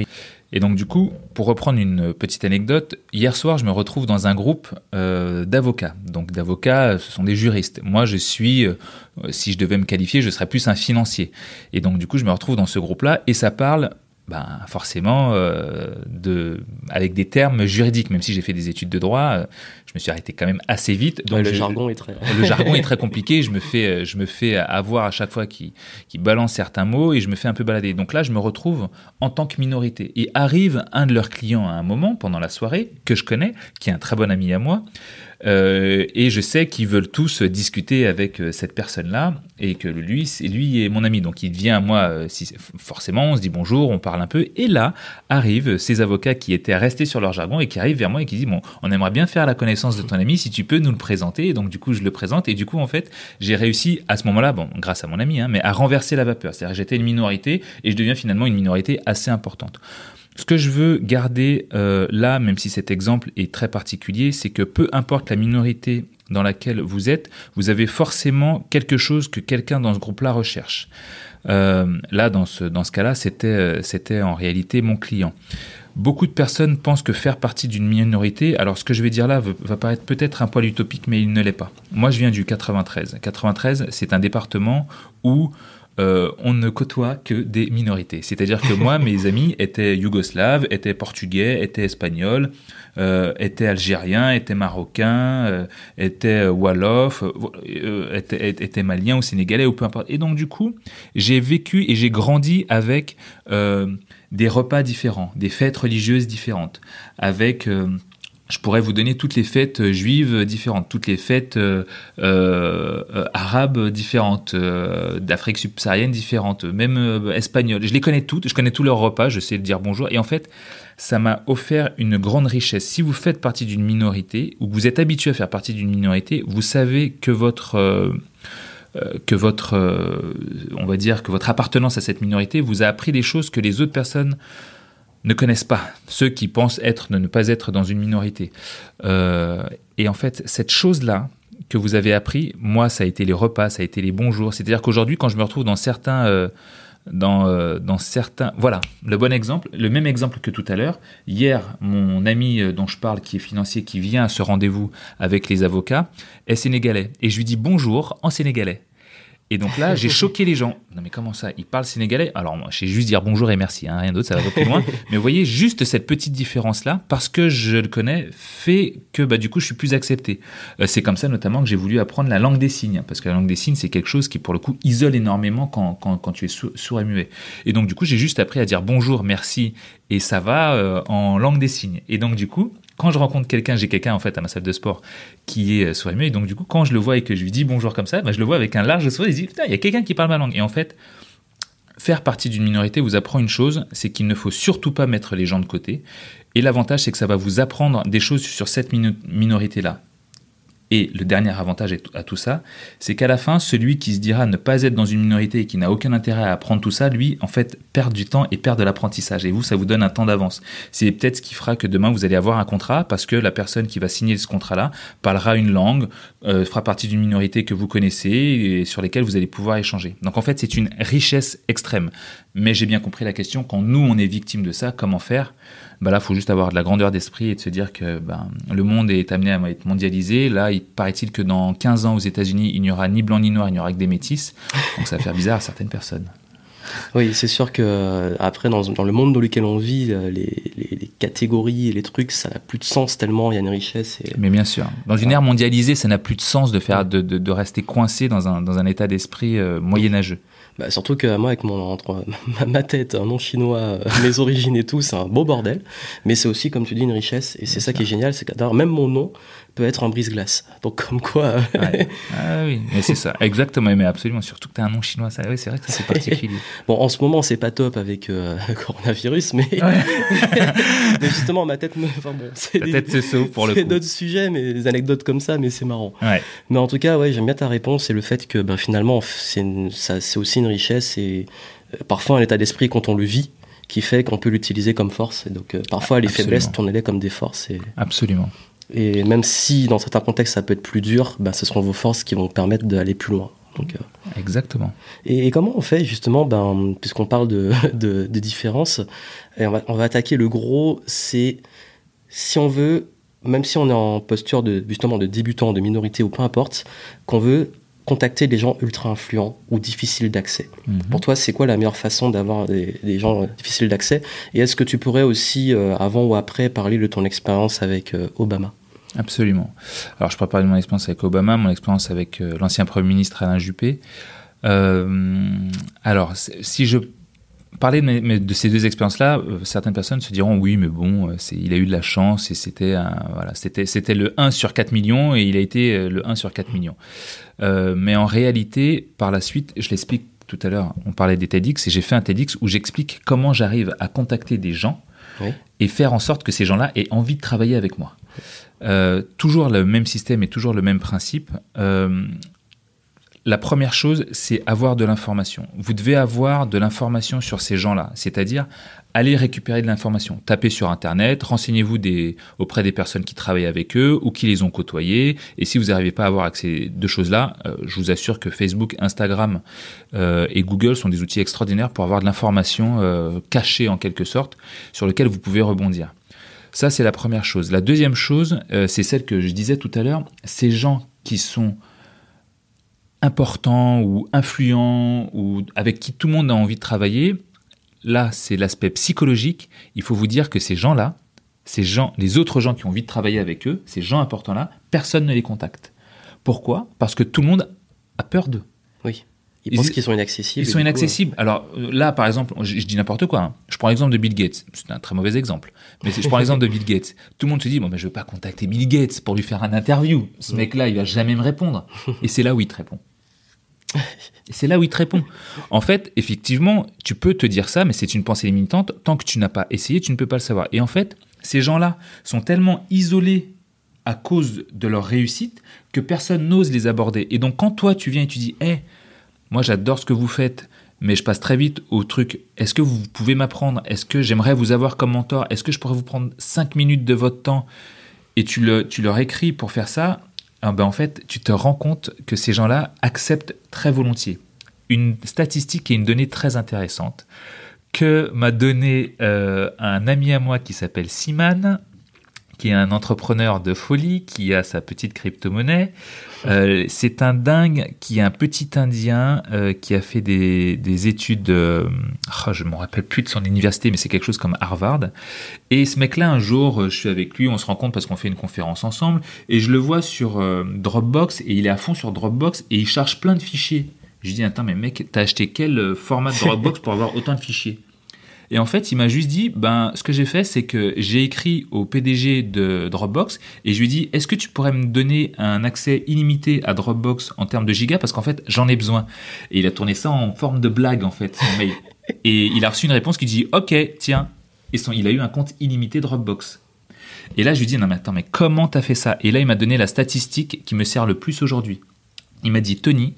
Et donc du coup, pour reprendre une petite anecdote, hier soir, je me retrouve dans un groupe d'avocats. Donc d'avocats, ce sont des juristes. Moi, je suis, si je devais me qualifier, je serais plus un financier. Et donc du coup, je me retrouve dans ce groupe-là et ça parle forcément avec des termes juridiques. Même si j'ai fait des études de droit, je me suis arrêté quand même assez vite. Donc le jargon est très compliqué. Je me fais avoir à chaque fois qu'il balance certains mots et je me fais un peu balader. Donc là, je me retrouve en tant que minorité. Et arrive un de leurs clients à un moment, pendant la soirée, que je connais, qui est un très bon ami à moi. Et je sais qu'ils veulent tous discuter avec cette personne-là et que lui est mon ami. Donc il vient à moi, forcément, on se dit bonjour, on parle un peu. Et là arrivent ces avocats qui étaient restés sur leur jargon et qui arrivent vers moi et qui disent bon, on aimerait bien faire la connaissance de ton ami, si tu peux nous le présenter. Et donc du coup, je le présente et du coup, en fait, j'ai réussi à ce moment-là, grâce à mon ami, mais à renverser la vapeur. C'est-à-dire que j'étais une minorité et je deviens finalement une minorité assez importante. Ce que je veux garder là, même si cet exemple est très particulier, c'est que peu importe la minorité dans laquelle vous êtes, vous avez forcément quelque chose que quelqu'un dans ce groupe-là recherche. Là, dans ce cas-là, c'était en réalité mon client. Beaucoup de personnes pensent que faire partie d'une minorité, alors ce que je vais dire là va paraître peut-être un poil utopique, mais il ne l'est pas. Moi, je viens du 93. 93, c'est un département où on ne côtoie que des minorités. C'est-à-dire que moi, mes amis étaient yougoslaves, étaient portugais, étaient espagnols, étaient algériens, étaient marocains, étaient wolof, étaient maliens ou sénégalais ou peu importe. Et donc du coup, j'ai vécu et j'ai grandi avec des repas différents, des fêtes religieuses différentes, avec... je pourrais vous donner toutes les fêtes juives différentes, toutes les fêtes arabes différentes, d'Afrique subsaharienne différentes, même espagnoles. Je les connais toutes, je connais tous leurs repas, je sais dire bonjour. Et en fait, ça m'a offert une grande richesse. Si vous faites partie d'une minorité, ou que vous êtes habitué à faire partie d'une minorité, vous savez que votre appartenance à cette minorité vous a appris des choses que les autres personnes ne connaissent pas, ceux qui pensent ne pas être dans une minorité. Et en fait, cette chose-là que vous avez appris, moi, ça a été les repas, ça a été les bonjours. C'est-à-dire qu'aujourd'hui, quand je me retrouve dans certains... Voilà, le même exemple que tout à l'heure. Hier, mon ami dont je parle, qui est financier, qui vient à ce rendez-vous avec les avocats, est sénégalais. Et je lui dis bonjour en sénégalais. Et donc là, j'ai choqué les gens. Non mais comment ça ? Ils parlent sénégalais ? Alors moi, je sais juste dire bonjour et merci, rien d'autre, ça va pas plus loin. Mais vous voyez, juste cette petite différence-là, parce que je le connais, fait que du coup, je suis plus accepté. C'est comme ça notamment que j'ai voulu apprendre la langue des signes, parce que la langue des signes, c'est quelque chose qui, pour le coup, isole énormément quand tu es sourd et muet. Et donc du coup, j'ai juste appris à dire bonjour, merci et ça va en langue des signes. Et donc du coup, quand je rencontre quelqu'un, j'ai quelqu'un en fait à ma salle de sport qui est sourd et muet, et donc du coup quand je le vois et que je lui dis bonjour comme ça, je le vois avec un large sourire, il se dit putain, il y a quelqu'un qui parle ma langue. Et en fait, faire partie d'une minorité vous apprend une chose, c'est qu'il ne faut surtout pas mettre les gens de côté. Et l'avantage, c'est que ça va vous apprendre des choses sur cette minorité-là. Et le dernier avantage à tout ça, c'est qu'à la fin, celui qui se dira ne pas être dans une minorité et qui n'a aucun intérêt à apprendre tout ça, lui, en fait, perd du temps et perd de l'apprentissage. Et vous, ça vous donne un temps d'avance. C'est peut-être ce qui fera que demain, vous allez avoir un contrat parce que la personne qui va signer ce contrat-là parlera une langue, fera partie d'une minorité que vous connaissez et sur lesquelles vous allez pouvoir échanger. Donc, en fait, c'est une richesse extrême. Mais j'ai bien compris la question. Quand nous, on est victime de ça, comment faire ? Là, il faut juste avoir de la grandeur d'esprit et de se dire que le monde est amené à être mondialisé. Là, il paraît-il que dans 15 ans aux États-Unis, il n'y aura ni blanc ni noir, il n'y aura que des métis. Donc ça va faire bizarre à certaines personnes. Oui, c'est sûr que après dans le monde dans lequel on vit, les catégories et les trucs, ça n'a plus de sens tellement il y a une richesse. Mais bien sûr, dans une ère mondialisée, ça n'a plus de sens de rester coincé dans un état d'esprit moyenâgeux. Surtout que moi, avec entre ma tête, un nom chinois, mes origines et tout, c'est un beau bordel. Mais c'est aussi, comme tu dis, une richesse. Et c'est ça qui est génial, c'est que d'ailleurs, même mon nom peut être un brise-glace. Donc comme quoi... Ouais. Ah oui, mais c'est ça, exactement, mais absolument. Surtout que tu as un nom chinois, ça, oui, c'est vrai que ça, c'est particulier. Bon, en ce moment, c'est pas top avec le coronavirus, mais... Ouais. Mais justement, ma tête tête se sauve pour le coup. C'est d'autres sujets, mais des anecdotes comme ça, mais c'est marrant. Ouais. Mais en tout cas, ouais, j'aime bien ta réponse et le fait que finalement, c'est aussi une richesse et parfois un état d'esprit quand on le vit qui fait qu'on peut l'utiliser comme force. Et donc parfois les faiblesses, tournez-les comme des forces. Absolument. Et même si dans certains contextes ça peut être plus dur, ce seront vos forces qui vont permettre d'aller plus loin. Donc, Exactement. Et comment on fait justement, puisqu'on parle de différences, et on va attaquer le gros, c'est si on veut, même si on est en posture justement de débutant, de minorité ou peu importe, qu'on veut contacter des gens ultra influents ou difficiles d'accès. Pour toi, c'est quoi la meilleure façon d'avoir des gens difficiles d'accès? Et est-ce que tu pourrais aussi, avant ou après, parler de ton expérience avec Obama? Absolument. Alors, je peux parler de mon expérience avec Obama, mon expérience avec l'ancien Premier ministre Alain Juppé. Alors, si je parlais de ces deux expériences-là, certaines personnes se diront oui, mais bon, il a eu de la chance et c'était le 1 sur 4 millions et il a été le 1 sur 4 millions. Mais en réalité, par la suite, je l'explique tout à l'heure, on parlait des TEDx et j'ai fait un TEDx où j'explique comment j'arrive à contacter des gens et faire en sorte que ces gens-là aient envie de travailler avec moi. Toujours le même système et toujours le même principe. La première chose, c'est avoir de l'information. Vous devez avoir de l'information sur ces gens-là, c'est-à-dire aller récupérer de l'information. Tapez sur Internet, renseignez-vous auprès des personnes qui travaillent avec eux ou qui les ont côtoyés. Et si vous n'arrivez pas à avoir accès à ces deux choses-là, je vous assure que Facebook, Instagram et Google sont des outils extraordinaires pour avoir de l'information cachée en quelque sorte, sur lequel vous pouvez rebondir. Ça, c'est la première chose. La deuxième chose, c'est celle que je disais tout à l'heure, ces gens qui sont importants ou influents ou avec qui tout le monde a envie de travailler, là, c'est l'aspect psychologique. Il faut vous dire que ces gens-là, les autres gens qui ont envie de travailler avec eux, ces gens importants-là, personne ne les contacte. Pourquoi ? Parce que tout le monde a peur d'eux. Oui. Ils pensent qu'ils sont inaccessibles. Ils sont inaccessibles. Alors là, par exemple, je dis n'importe quoi. Hein. Je prends l'exemple de Bill Gates. C'est un très mauvais exemple. Mais je prends l'exemple de Bill Gates. Tout le monde se dit, bon, mais je ne veux pas contacter Bill Gates pour lui faire un interview. Ce mec-là, il ne va jamais me répondre. Et c'est là où il te répond. En fait, effectivement, tu peux te dire ça, mais c'est une pensée limitante. Tant que tu n'as pas essayé, tu ne peux pas le savoir. Et en fait, ces gens-là sont tellement isolés à cause de leur réussite que personne n'ose les aborder. Et donc, quand toi, tu viens et tu dis, moi, j'adore ce que vous faites, mais je passe très vite au truc, est-ce que vous pouvez m'apprendre ? Est-ce que j'aimerais vous avoir comme mentor ? Est-ce que je pourrais vous prendre 5 minutes de votre temps ? Et tu leur écris pour faire ça. En fait, tu te rends compte que ces gens-là acceptent très volontiers. Une statistique et une donnée très intéressante que m'a donné un ami à moi qui s'appelle Siman, qui est un entrepreneur de folie, qui a sa petite crypto-monnaie. C'est un dingue qui est un petit Indien qui a fait des études, je ne me rappelle plus de son université, mais c'est quelque chose comme Harvard. Et ce mec-là, un jour, je suis avec lui, on se rencontre parce qu'on fait une conférence ensemble, et je le vois sur Dropbox, et il est à fond sur Dropbox, et il charge plein de fichiers. Je lui dis, attends, mais mec, t'as acheté quel format de Dropbox pour avoir autant de fichiers ? Et en fait, il m'a juste dit, ce que j'ai fait, c'est que j'ai écrit au PDG de Dropbox et je lui ai dit, est-ce que tu pourrais me donner un accès illimité à Dropbox en termes de gigas ? Parce qu'en fait, j'en ai besoin. Et il a tourné ça en forme de blague, en fait, son mail. Et il a reçu une réponse qui dit, ok, tiens. Et il a eu un compte illimité Dropbox. Et là, je lui dis, non, mais attends, mais comment t'as fait ça ? Et là, il m'a donné la statistique qui me sert le plus aujourd'hui. Il m'a dit, Tony,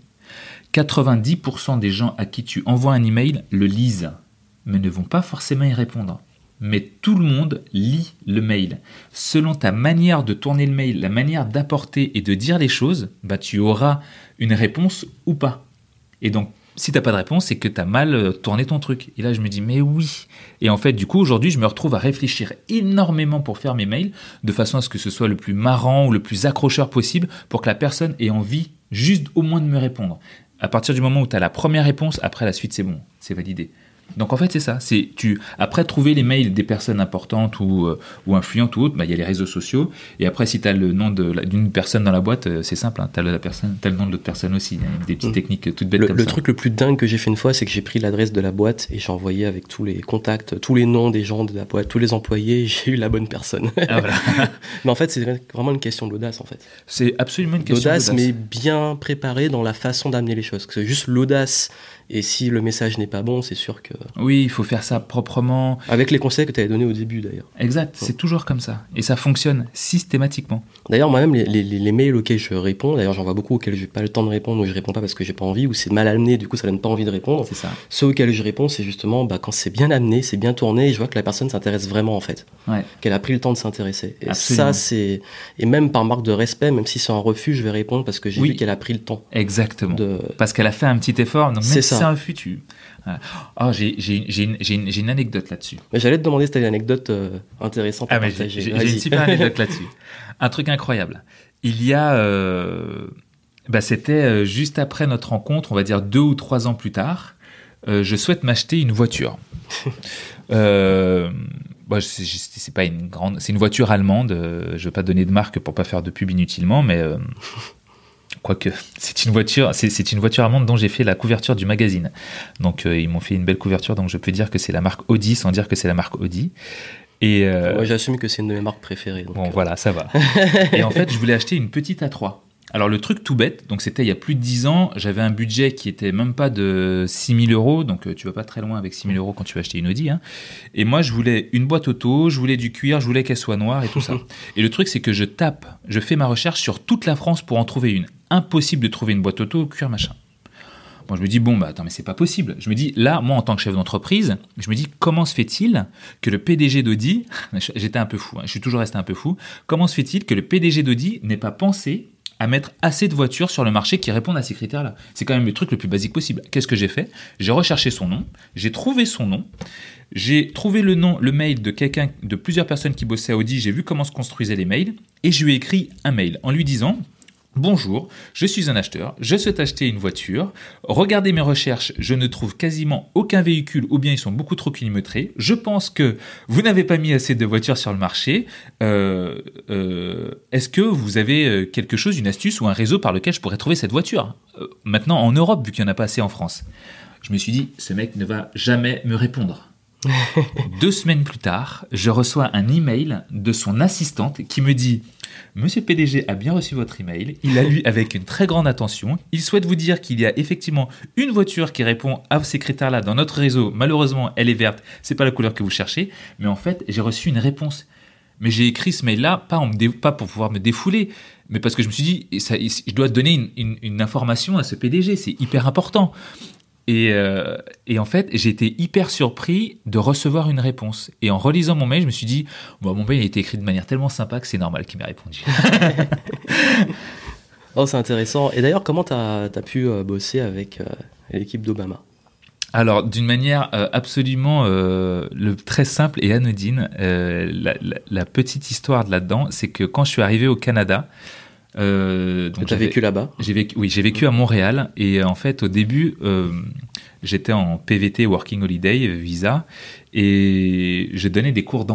90% des gens à qui tu envoies un email le lisent, mais ne vont pas forcément y répondre. Mais tout le monde lit le mail. Selon ta manière de tourner le mail, la manière d'apporter et de dire les choses, tu auras une réponse ou pas. Et donc, si tu n'as pas de réponse, c'est que tu as mal tourné ton truc. Et là, je me dis, mais oui. Et en fait, du coup, aujourd'hui, je me retrouve à réfléchir énormément pour faire mes mails, de façon à ce que ce soit le plus marrant ou le plus accrocheur possible, pour que la personne ait envie juste au moins de me répondre. À partir du moment où tu as la première réponse, après la suite, c'est bon, c'est validé. Donc en fait c'est ça, après trouver les mails des personnes importantes ou influentes ou autres, il y a les réseaux sociaux, et après si tu as le nom d'une personne dans la boîte, c'est simple, tu as le nom de l'autre personne aussi, des petites techniques toutes bêtes comme ça. Le truc le plus dingue que j'ai fait une fois, c'est que j'ai pris l'adresse de la boîte et j'ai envoyé avec tous les contacts, tous les noms des gens de la boîte, tous les employés, et j'ai eu la bonne personne. Ah, voilà. Mais en fait c'est vraiment une question d'audace en fait. C'est absolument une question d'audace. Mais bien préparée dans la façon d'amener les choses. C'est juste l'audace Et si le message n'est pas bon, c'est sûr que... Oui, il faut faire ça proprement. Avec les conseils que tu avais donnés au début, d'ailleurs. Exact, c'est toujours comme ça. Et ça fonctionne systématiquement. D'ailleurs, moi-même, les mails auxquels je réponds, d'ailleurs, j'en vois beaucoup auxquels je n'ai pas le temps de répondre, ou je réponds pas parce que j'ai pas envie, ou c'est mal amené, du coup, ça donne pas envie de répondre. C'est ça. Ceux auxquels je réponds, c'est justement quand c'est bien amené, c'est bien tourné, et je vois que la personne s'intéresse vraiment, en fait. Ouais. Qu'elle a pris le temps de s'intéresser. Et Absolument. ça, c'est... Et même par marque de respect, même si c'est un refus, je vais répondre parce que j'ai vu qu'elle a pris le temps. Exactement. Parce qu'elle a fait un petit effort. Donc, même si c'est un refus, tu... Oh, j'ai une anecdote là-dessus. Mais j'allais te demander si tu as une anecdote intéressante à partager. J'ai une super anecdote là-dessus. Un truc incroyable. Il y a... c'était juste après notre rencontre, on va dire 2 ou 3 ans plus tard, je souhaite m'acheter une voiture. C'est pas une grande... C'est une voiture allemande. Je ne vais pas donner de marque pour pas faire de pub inutilement, mais... Quoique, c'est une voiture allemande dont j'ai fait la couverture du magazine. Donc, ils m'ont fait une belle couverture, donc je peux dire que c'est la marque Audi sans dire que c'est la marque Audi. Et moi, j'assume que c'est une de mes marques préférées. Donc voilà, ça va. Et en fait, je voulais acheter une petite A3. Alors, le truc tout bête, donc c'était il y a plus de 10 ans, j'avais un budget qui était même pas de 6 000 €, donc tu vas pas très loin avec 6 000 € quand tu vas acheter une Audi. Hein. Et moi, je voulais une boîte auto, je voulais du cuir, je voulais qu'elle soit noire et tout ça. Et le truc, c'est que je fais ma recherche sur toute la France pour en trouver une. Impossible de trouver une boîte auto, cuir, machin. Bon, je me dis, attends, mais c'est pas possible. Je me dis, là, moi, en tant que chef d'entreprise, je me dis, comment se fait-il que le PDG d'Audi, j'étais un peu fou, je suis toujours resté un peu fou, comment se fait-il que le PDG d'Audi n'ait pas pensé à mettre assez de voitures sur le marché qui répondent à ces critères-là? C'est quand même le truc le plus basique possible. Qu'est-ce que j'ai fait? J'ai recherché son nom, j'ai trouvé son nom, j'ai trouvé le mail de plusieurs personnes qui bossaient à Audi, j'ai vu comment se construisaient les mails, et je lui ai écrit un mail en lui disant... Bonjour, je suis un acheteur, je souhaite acheter une voiture. Regardez mes recherches, je ne trouve quasiment aucun véhicule ou bien ils sont beaucoup trop kilométrés. Je pense que vous n'avez pas mis assez de voitures sur le marché. Est-ce que vous avez quelque chose, une astuce ou un réseau par lequel je pourrais trouver cette voiture? Maintenant, en Europe, vu qu'il n'y en a pas assez en France. Je me suis dit, ce mec ne va jamais me répondre. 2 semaines plus tard, je reçois un email de son assistante qui me dit « Monsieur PDG a bien reçu votre email, il l'a lu avec une très grande attention, il souhaite vous dire qu'il y a effectivement une voiture qui répond à ces critères-là dans notre réseau, malheureusement elle est verte, c'est pas la couleur que vous cherchez, mais en fait j'ai reçu une réponse. » Mais j'ai écrit ce mail-là, pas pour pouvoir me défouler, mais parce que je me suis dit, je dois donner une information à ce PDG, c'est hyper important. Et en fait, j'ai été hyper surpris de recevoir une réponse. Et en relisant mon mail, je me suis dit, mon mail a été écrit de manière tellement sympa que c'est normal qu'il m'ait répondu. Oh, c'est intéressant. Et d'ailleurs, comment tu as pu bosser avec l'équipe d'Obama? Alors, d'une manière absolument très simple et anodine, la petite histoire de là-dedans, c'est que quand je suis arrivé au Canada... tu as vécu là-bas? J'ai vécu à Montréal et en fait au début j'étais en PVT Working Holiday visa et je donnais des cours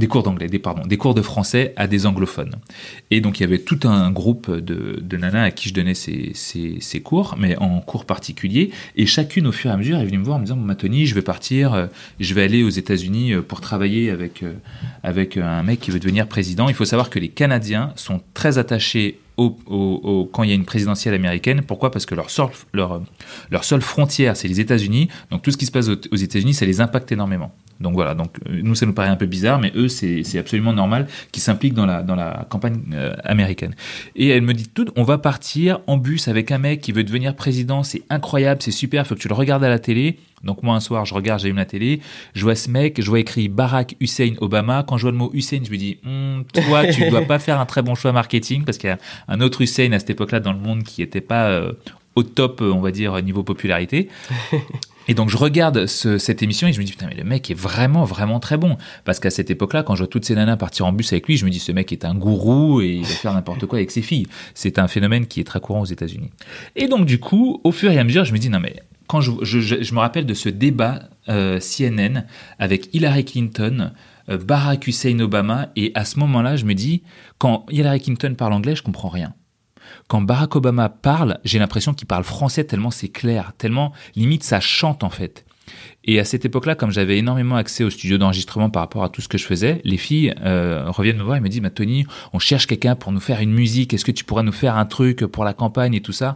de français à des anglophones. Et donc il y avait tout un groupe de nanas à qui je donnais ces cours, mais en cours particulier. Et chacune au fur et à mesure est venue me voir en me disant Tony, je vais partir, je vais aller aux États-Unis pour travailler avec un mec qui veut devenir président. Il faut savoir que les Canadiens sont très attachés quand il y a une présidentielle américaine. Pourquoi? Parce que leur seule frontière, c'est les États-Unis. Donc tout ce qui se passe aux États-Unis, ça les impacte énormément. Donc voilà, nous ça nous paraît un peu bizarre, mais eux c'est absolument normal qu'ils s'impliquent dans la campagne américaine. Et elle me dit on va partir en bus avec un mec qui veut devenir président, c'est incroyable, c'est super, il faut que tu le regardes à la télé. Donc moi un soir j'allume la télé, je vois ce mec, je vois écrit Barack Hussein Obama. Quand je vois le mot Hussein, je me dis toi tu dois pas faire un très bon choix marketing parce qu'il y a un autre Hussein à cette époque-là dans le monde qui était pas au top, on va dire, niveau popularité. Et donc je regarde cette émission et je me dis putain mais le mec est vraiment vraiment très bon, parce qu'à cette époque-là quand je vois toutes ces nanas partir en bus avec lui, je me dis ce mec est un gourou et il va faire n'importe quoi avec ses filles. C'est un phénomène qui est très courant aux États-Unis. Et donc du coup au fur et à mesure je me dis non mais quand je me rappelle de ce débat CNN avec Hillary Clinton, Barack Hussein Obama, et à ce moment-là je me dis quand Hillary Clinton parle anglais je comprends rien. Quand Barack Obama parle, j'ai l'impression qu'il parle français tellement c'est clair, tellement limite ça chante en fait. Et à cette époque-là, comme j'avais énormément accès au studio d'enregistrement par rapport à tout ce que je faisais, les filles reviennent me voir et me disent Tony, on cherche quelqu'un pour nous faire une musique, est-ce que tu pourrais nous faire un truc pour la campagne et tout ça?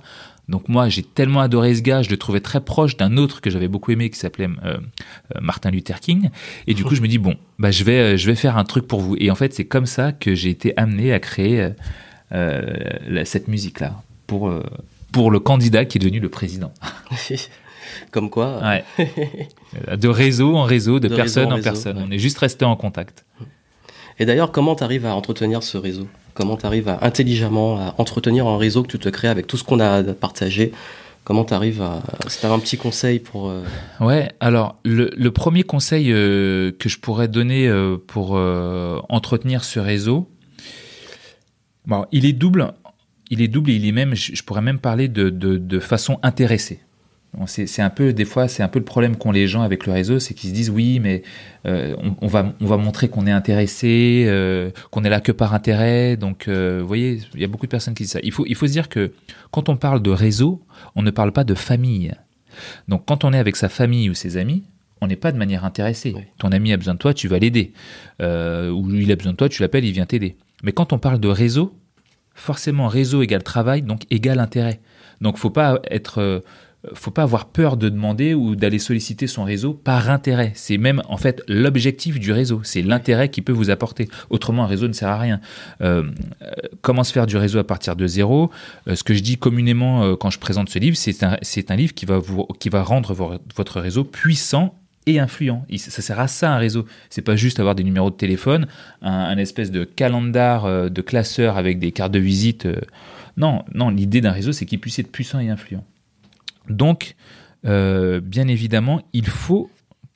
Donc moi, j'ai tellement adoré ce gars, je le trouvais très proche d'un autre que j'avais beaucoup aimé qui s'appelait Martin Luther King. Et du coup, je me dis, bon, bah, je vais faire un truc pour vous. Et en fait, c'est comme ça que j'ai été amené à créer cette musique-là pour le candidat qui est devenu le président. Comme quoi. Ouais. De réseau en réseau, de personne en personne. Ouais. On est juste resté en contact. Et d'ailleurs, comment tu arrives à entretenir ce réseau ? Comment tu arrives à intelligemment à entretenir un réseau que tu te crées avec tout ce qu'on a partagé ? Comment tu arrives à... Si tu as un petit conseil pour... Ouais, alors le premier conseil que je pourrais donner pour entretenir ce réseau, bon, il est double et il est même, je pourrais même parler de façon intéressée. Bon, c'est un peu, des fois, c'est un peu le problème qu'ont les gens avec le réseau, c'est qu'ils se disent oui, mais on va montrer qu'on est intéressé, qu'on est là que par intérêt. Donc, vous voyez, il y a beaucoup de personnes qui disent ça. Il faut se dire que quand on parle de réseau, on ne parle pas de famille. Donc, quand on est avec sa famille ou ses amis, on n'est pas de manière intéressée. Oui. Ton ami a besoin de toi, tu vas l'aider. Ou il a besoin de toi, tu l'appelles, il vient t'aider. Mais quand on parle de réseau, forcément, réseau égale travail, donc égale intérêt. Donc, faut pas avoir peur de demander ou d'aller solliciter son réseau par intérêt. C'est même en fait l'objectif du réseau. C'est l'intérêt qu'il peut vous apporter. Autrement, un réseau ne sert à rien. Comment se faire du réseau à partir de zéro ? Ce que je dis communément quand je présente ce livre, c'est un livre qui va rendre votre réseau puissant et influent. Ça sert à ça un réseau. C'est pas juste avoir des numéros de téléphone, un espèce de calendar de classeur avec des cartes de visite. Non, l'idée d'un réseau, c'est qu'il puisse être puissant et influent. Donc, bien évidemment, il faut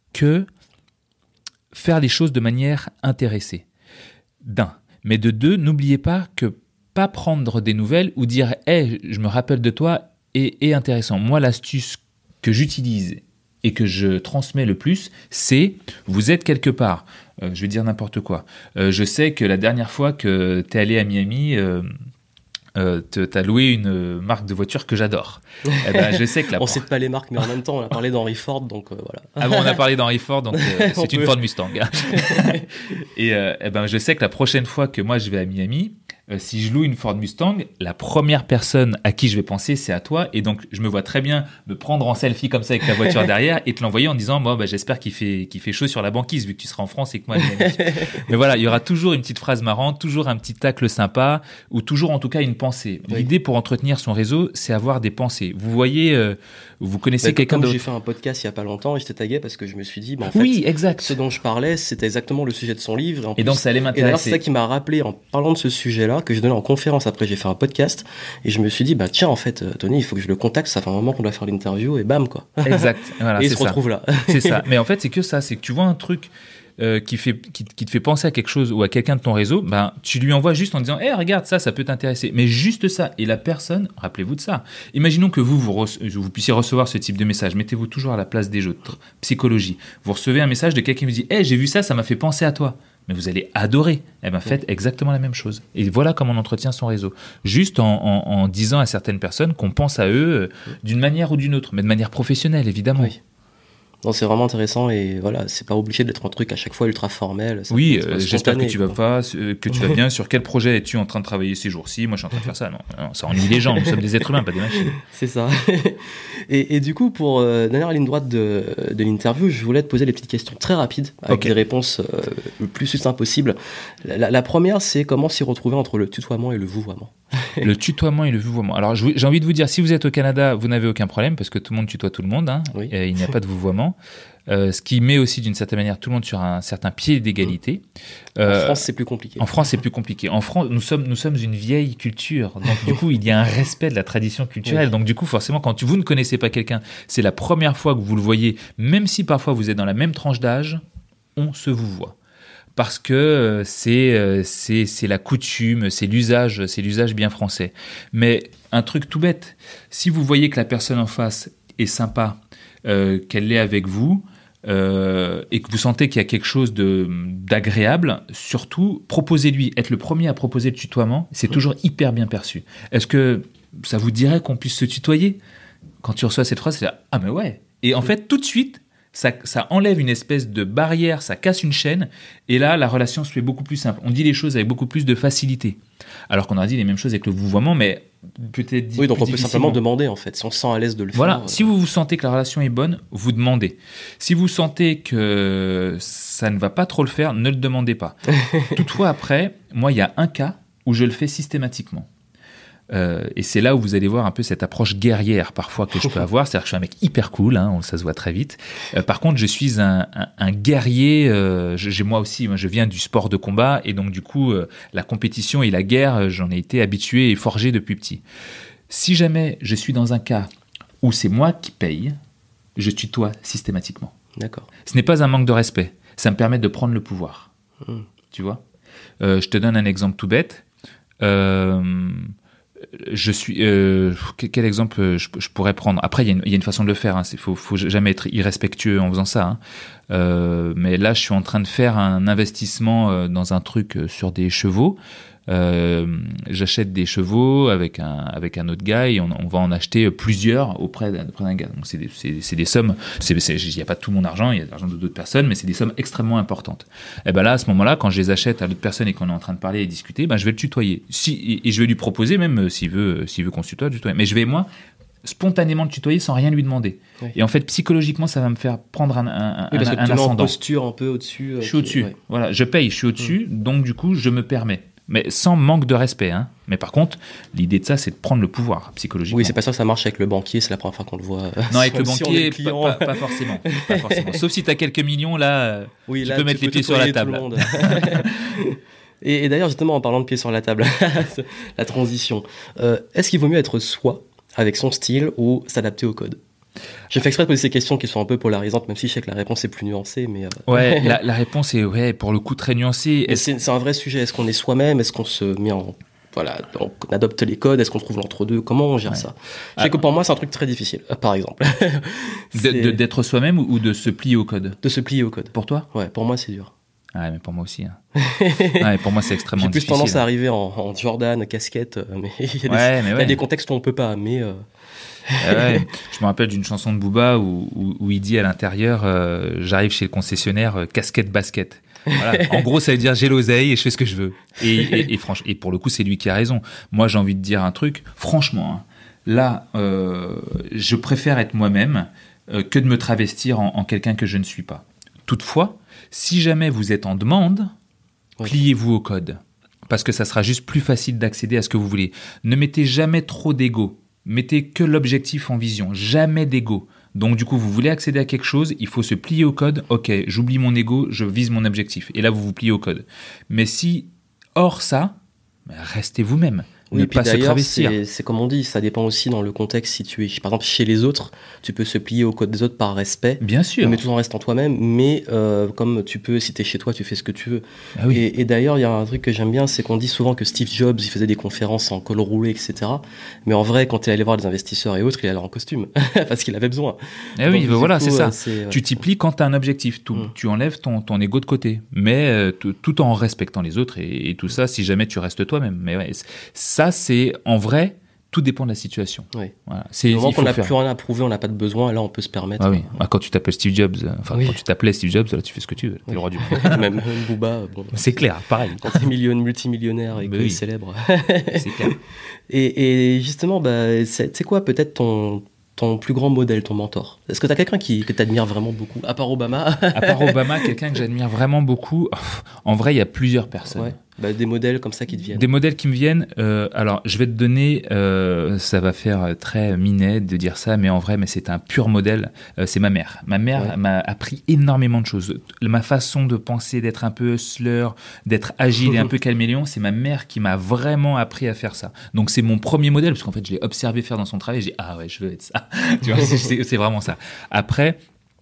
faire les choses de manière intéressée. D'un. Mais de deux, n'oubliez pas que pas prendre des nouvelles ou dire « Hey, je me rappelle de toi » est intéressant. Moi, l'astuce que j'utilise et que je transmets le plus, c'est « Vous êtes quelque part ». Je vais dire n'importe quoi. Je sais que la dernière fois que tu es allé à Miami... t'as loué une marque de voiture que j'adore. Eh ben, je sais que on sait pas les marques, mais en même temps, on a parlé d'Henry Ford, donc voilà. Ah bon, on a parlé d'Henry Ford, donc c'est une Ford Mustang. Et ben, je sais que la prochaine fois que moi je vais à Miami, si je loue une Ford Mustang, la première personne à qui je vais penser, c'est à toi. Et donc, je me vois très bien me prendre en selfie comme ça avec ta voiture derrière et te l'envoyer en disant, moi, bah, j'espère qu'il fait chaud sur la banquise vu que tu seras en France et que moi, mais voilà, il y aura toujours une petite phrase marrante, toujours un petit tacle sympa ou toujours en tout cas une pensée. Oui. L'idée pour entretenir son réseau, c'est avoir des pensées. Vous voyez, vous connaissez quelqu'un d'autre. J'ai fait un podcast il y a pas longtemps et je t'ai tagué parce que je me suis dit, bah, en fait, oui, exact. Ce dont je parlais, c'était exactement le sujet de son livre. Et donc, ça allait m'intéresser. Et d'ailleurs, c'est ça qui m'a rappelé en parlant de ce sujet-là que je donnais en conférence. Après, j'ai fait un podcast et je me suis dit, bah tiens, en fait, Tony, il faut que je le contacte. Ça fait un moment qu'on doit faire l'interview et bam, quoi. Exact. Voilà, et il se retrouve là. C'est ça. Mais en fait, c'est que ça. C'est que tu vois un truc qui te fait penser à quelque chose ou à quelqu'un de ton réseau, ben, tu lui envoies juste en disant, hey, regarde ça peut t'intéresser. Mais juste ça. Et la personne, rappelez-vous de ça. Imaginons que vous puissiez recevoir ce type de message. Mettez-vous toujours à la place des autres. Psychologie. Vous recevez un message de quelqu'un qui vous dit, hey, j'ai vu ça m'a fait penser à toi. Mais vous allez adorer. Eh bien, faites exactement la même chose. Et voilà comment on entretient son réseau. Juste en disant à certaines personnes qu'on pense à eux d'une manière ou d'une autre, mais de manière professionnelle, évidemment. Oui. Non, c'est vraiment intéressant et voilà, c'est pas obligé d'être un truc à chaque fois ultra formel. Oui, j'espère que tu vas bien. Sur quel projet es-tu en train de travailler ces jours-ci ? Moi, je suis en train de faire ça. Non, ça ennuie les gens. Nous sommes des êtres humains, pas des machines. C'est ça. Et du coup, pour dernière ligne droite de l'interview, je voulais te poser des petites questions très rapides avec des réponses le plus succinctes possible. La première, c'est comment s'y retrouver entre le tutoiement et le vouvoiement. Le tutoiement et le vouvoiement. Alors, j'ai envie de vous dire, si vous êtes au Canada, vous n'avez aucun problème parce que tout le monde tutoie tout le monde. Hein, oui. Il n'y a pas de vouvoiement. Ce qui met aussi d'une certaine manière tout le monde sur un certain pied d'égalité. En France, c'est plus compliqué. En France, c'est plus compliqué. En France, nous sommes une vieille culture. Donc, du coup, il y a un respect de la tradition culturelle. Oui. Donc, du coup, forcément, quand vous ne connaissez pas quelqu'un, c'est la première fois que vous le voyez, même si parfois vous êtes dans la même tranche d'âge, on se vous voit. Parce que c'est la coutume, c'est l'usage bien français. Mais un truc tout bête, si vous voyez que la personne en face est sympa, qu'elle l'est avec vous, et que vous sentez qu'il y a quelque chose d'agréable, surtout, proposez-lui. Être le premier à proposer le tutoiement, c'est toujours hyper bien perçu. Est-ce que ça vous dirait qu'on puisse se tutoyer ? Quand tu reçois cette phrase, c'est là, ah mais ouais. Et en fait, tout de suite, ça enlève une espèce de barrière, ça casse une chaîne, et là, la relation se fait beaucoup plus simple. On dit les choses avec beaucoup plus de facilité. Alors qu'on a dit les mêmes choses avec le vouvoiement, mais peut-être Oui, donc plus on peut simplement demander, en fait. Si on se sent à l'aise de le voilà, faire. si vous sentez que la relation est bonne, vous demandez. Si vous sentez que ça ne va pas trop le faire, ne le demandez pas. Toutefois, après, moi, il y a un cas où je le fais systématiquement. Et c'est là où vous allez voir un peu cette approche guerrière parfois que je peux avoir. C'est-à-dire que je suis un mec hyper cool, hein, ça se voit très vite. Par contre, je suis un guerrier. Moi, je viens du sport de combat et donc du coup, la compétition et la guerre, j'en ai été habitué et forgé depuis petit. Si jamais je suis dans un cas où c'est moi qui paye, je tutoie systématiquement. D'accord. Ce n'est pas un manque de respect. Ça me permet de prendre le pouvoir. Tu vois ? Je te donne un exemple tout bête. Quel exemple je pourrais prendre ? Après, il y a une façon de le faire. Il faut jamais être irrespectueux en faisant ça. Mais là, je suis en train de faire un investissement dans un truc sur des chevaux. J'achète des chevaux avec un autre gars et on va en acheter plusieurs auprès d'un gars. Donc c'est des sommes. Il n'y a pas tout mon argent, il y a l'argent d'autres personnes, mais c'est des sommes extrêmement importantes. Et ben là, à ce moment-là, quand je les achète à l'autre personne et qu'on est en train de parler et discuter, je vais le tutoyer. Et je vais lui proposer même s'il veut qu'on se tutoie, de tutoyer. Mais je vais moi spontanément le tutoyer sans rien lui demander. Oui. Et en fait, psychologiquement, ça va me faire prendre un parce que tu ascendant. mets en posture un peu au-dessus. Je suis au-dessus. Ouais. Voilà, je paye, je suis au-dessus, donc du coup, je me permets. Mais sans manque de respect. Hein. Mais par contre, l'idée de ça, c'est de prendre le pouvoir psychologiquement. Oui, c'est pas ça que ça marche avec le banquier, c'est la première fois qu'on le voit. Non, avec le banquier, pas forcément. Pas forcément. Sauf si tu as quelques millions, là, tu peux mettre les pieds sur la table. Et d'ailleurs, justement, en parlant de pieds sur la table, la transition, est-ce qu'il vaut mieux être soi, avec son style, ou s'adapter au code ? J'ai fait exprès de poser ces questions qui sont un peu polarisantes, même si je sais que la réponse est plus nuancée. Mais Ouais, la réponse est pour le coup très nuancée. C'est un vrai sujet. Est-ce qu'on est soi-même ? Est-ce qu'on se met en... Voilà, donc on adopte les codes ? Est-ce qu'on trouve l'entre-deux ? Comment on gère ça ? Je sais que pour moi, c'est un truc très difficile, par exemple. D'être soi-même ou de se plier au code ? De se plier au code. Pour toi ? Ouais, pour moi, c'est dur. Ouais, mais pour moi aussi. Hein. Ouais, pour moi, c'est extrêmement difficile. J'ai plus tendance à arriver en Jordan, casquette, mais il y a des contextes où on peut pas, mais... Ouais. Je me rappelle d'une chanson de Booba où il dit à l'intérieur j'arrive chez le concessionnaire casquette basket. Voilà. En gros, ça veut dire j'ai l'oseille et je fais ce que je veux. Et pour le coup, c'est lui qui a raison. Moi, j'ai envie de dire un truc. Franchement, hein, là, je préfère être moi-même que de me travestir en quelqu'un que je ne suis pas. Toutefois, si jamais vous êtes en demande, pliez-vous au code. Parce que ça sera juste plus facile d'accéder à ce que vous voulez. Ne mettez jamais trop d'ego. Mettez que l'objectif en vision, jamais d'ego. Donc du coup, vous voulez accéder à quelque chose, il faut se plier au code. Ok, j'oublie mon ego, je vise mon objectif. Et là, vous vous pliez au code. Mais si, hors ça, restez vous-même. Oui, ne pas se travestir. C'est comme on dit, ça dépend aussi dans le contexte. Si tu es, par exemple, chez les autres, tu peux se plier au code des autres par respect. Bien sûr. Mais tout en restant toi-même. Mais comme tu peux, si tu es chez toi, tu fais ce que tu veux. Ah oui. Et d'ailleurs, il y a un truc que j'aime bien, c'est qu'on dit souvent que Steve Jobs, il faisait des conférences en col roulé, etc. Mais en vrai, quand il allait voir des investisseurs et autres, il allait en costume. Parce qu'il avait besoin. Ah oui, voilà, c'est ça. Tu t'y plies quand tu as un objectif. Tu enlèves ton ego de côté. Mais tout en respectant les autres et tout ça, si jamais tu restes toi-même. Mais ouais, ça, c'est en vrai, tout dépend de la situation. Oui. Voilà. Au moment qu'on n'a plus rien à prouver, on n'a pas de besoin, là on peut se permettre. Ah oui. Quand tu t'appelles Steve Jobs, quand tu t'appelais Steve Jobs, là tu fais ce que tu veux. T'es le roi du monde. Même Booba. Bon, c'est clair, pareil. Quand t'es multimillionnaire et que t'es célèbre. C'est clair. Et justement, c'est quoi peut-être ton plus grand modèle, ton mentor ? Est-ce que tu as quelqu'un que tu admires vraiment beaucoup ? À part Obama. À part Obama, quelqu'un que j'admire vraiment beaucoup. En vrai, il y a plusieurs personnes. Ouais. Des modèles comme ça qui te viennent. Des modèles qui me viennent. Alors, je vais te donner, ça va faire très minet de dire ça, mais en vrai, c'est un pur modèle. C'est ma mère. Ma mère m'a appris énormément de choses. Ma façon de penser, d'être un peu hustler, d'être agile et un peu caméléon, c'est ma mère qui m'a vraiment appris à faire ça. Donc, c'est mon premier modèle, parce qu'en fait, je l'ai observé faire dans son travail. J'ai dit, ah ouais, je veux être ça. Tu vois, c'est vraiment ça. Après,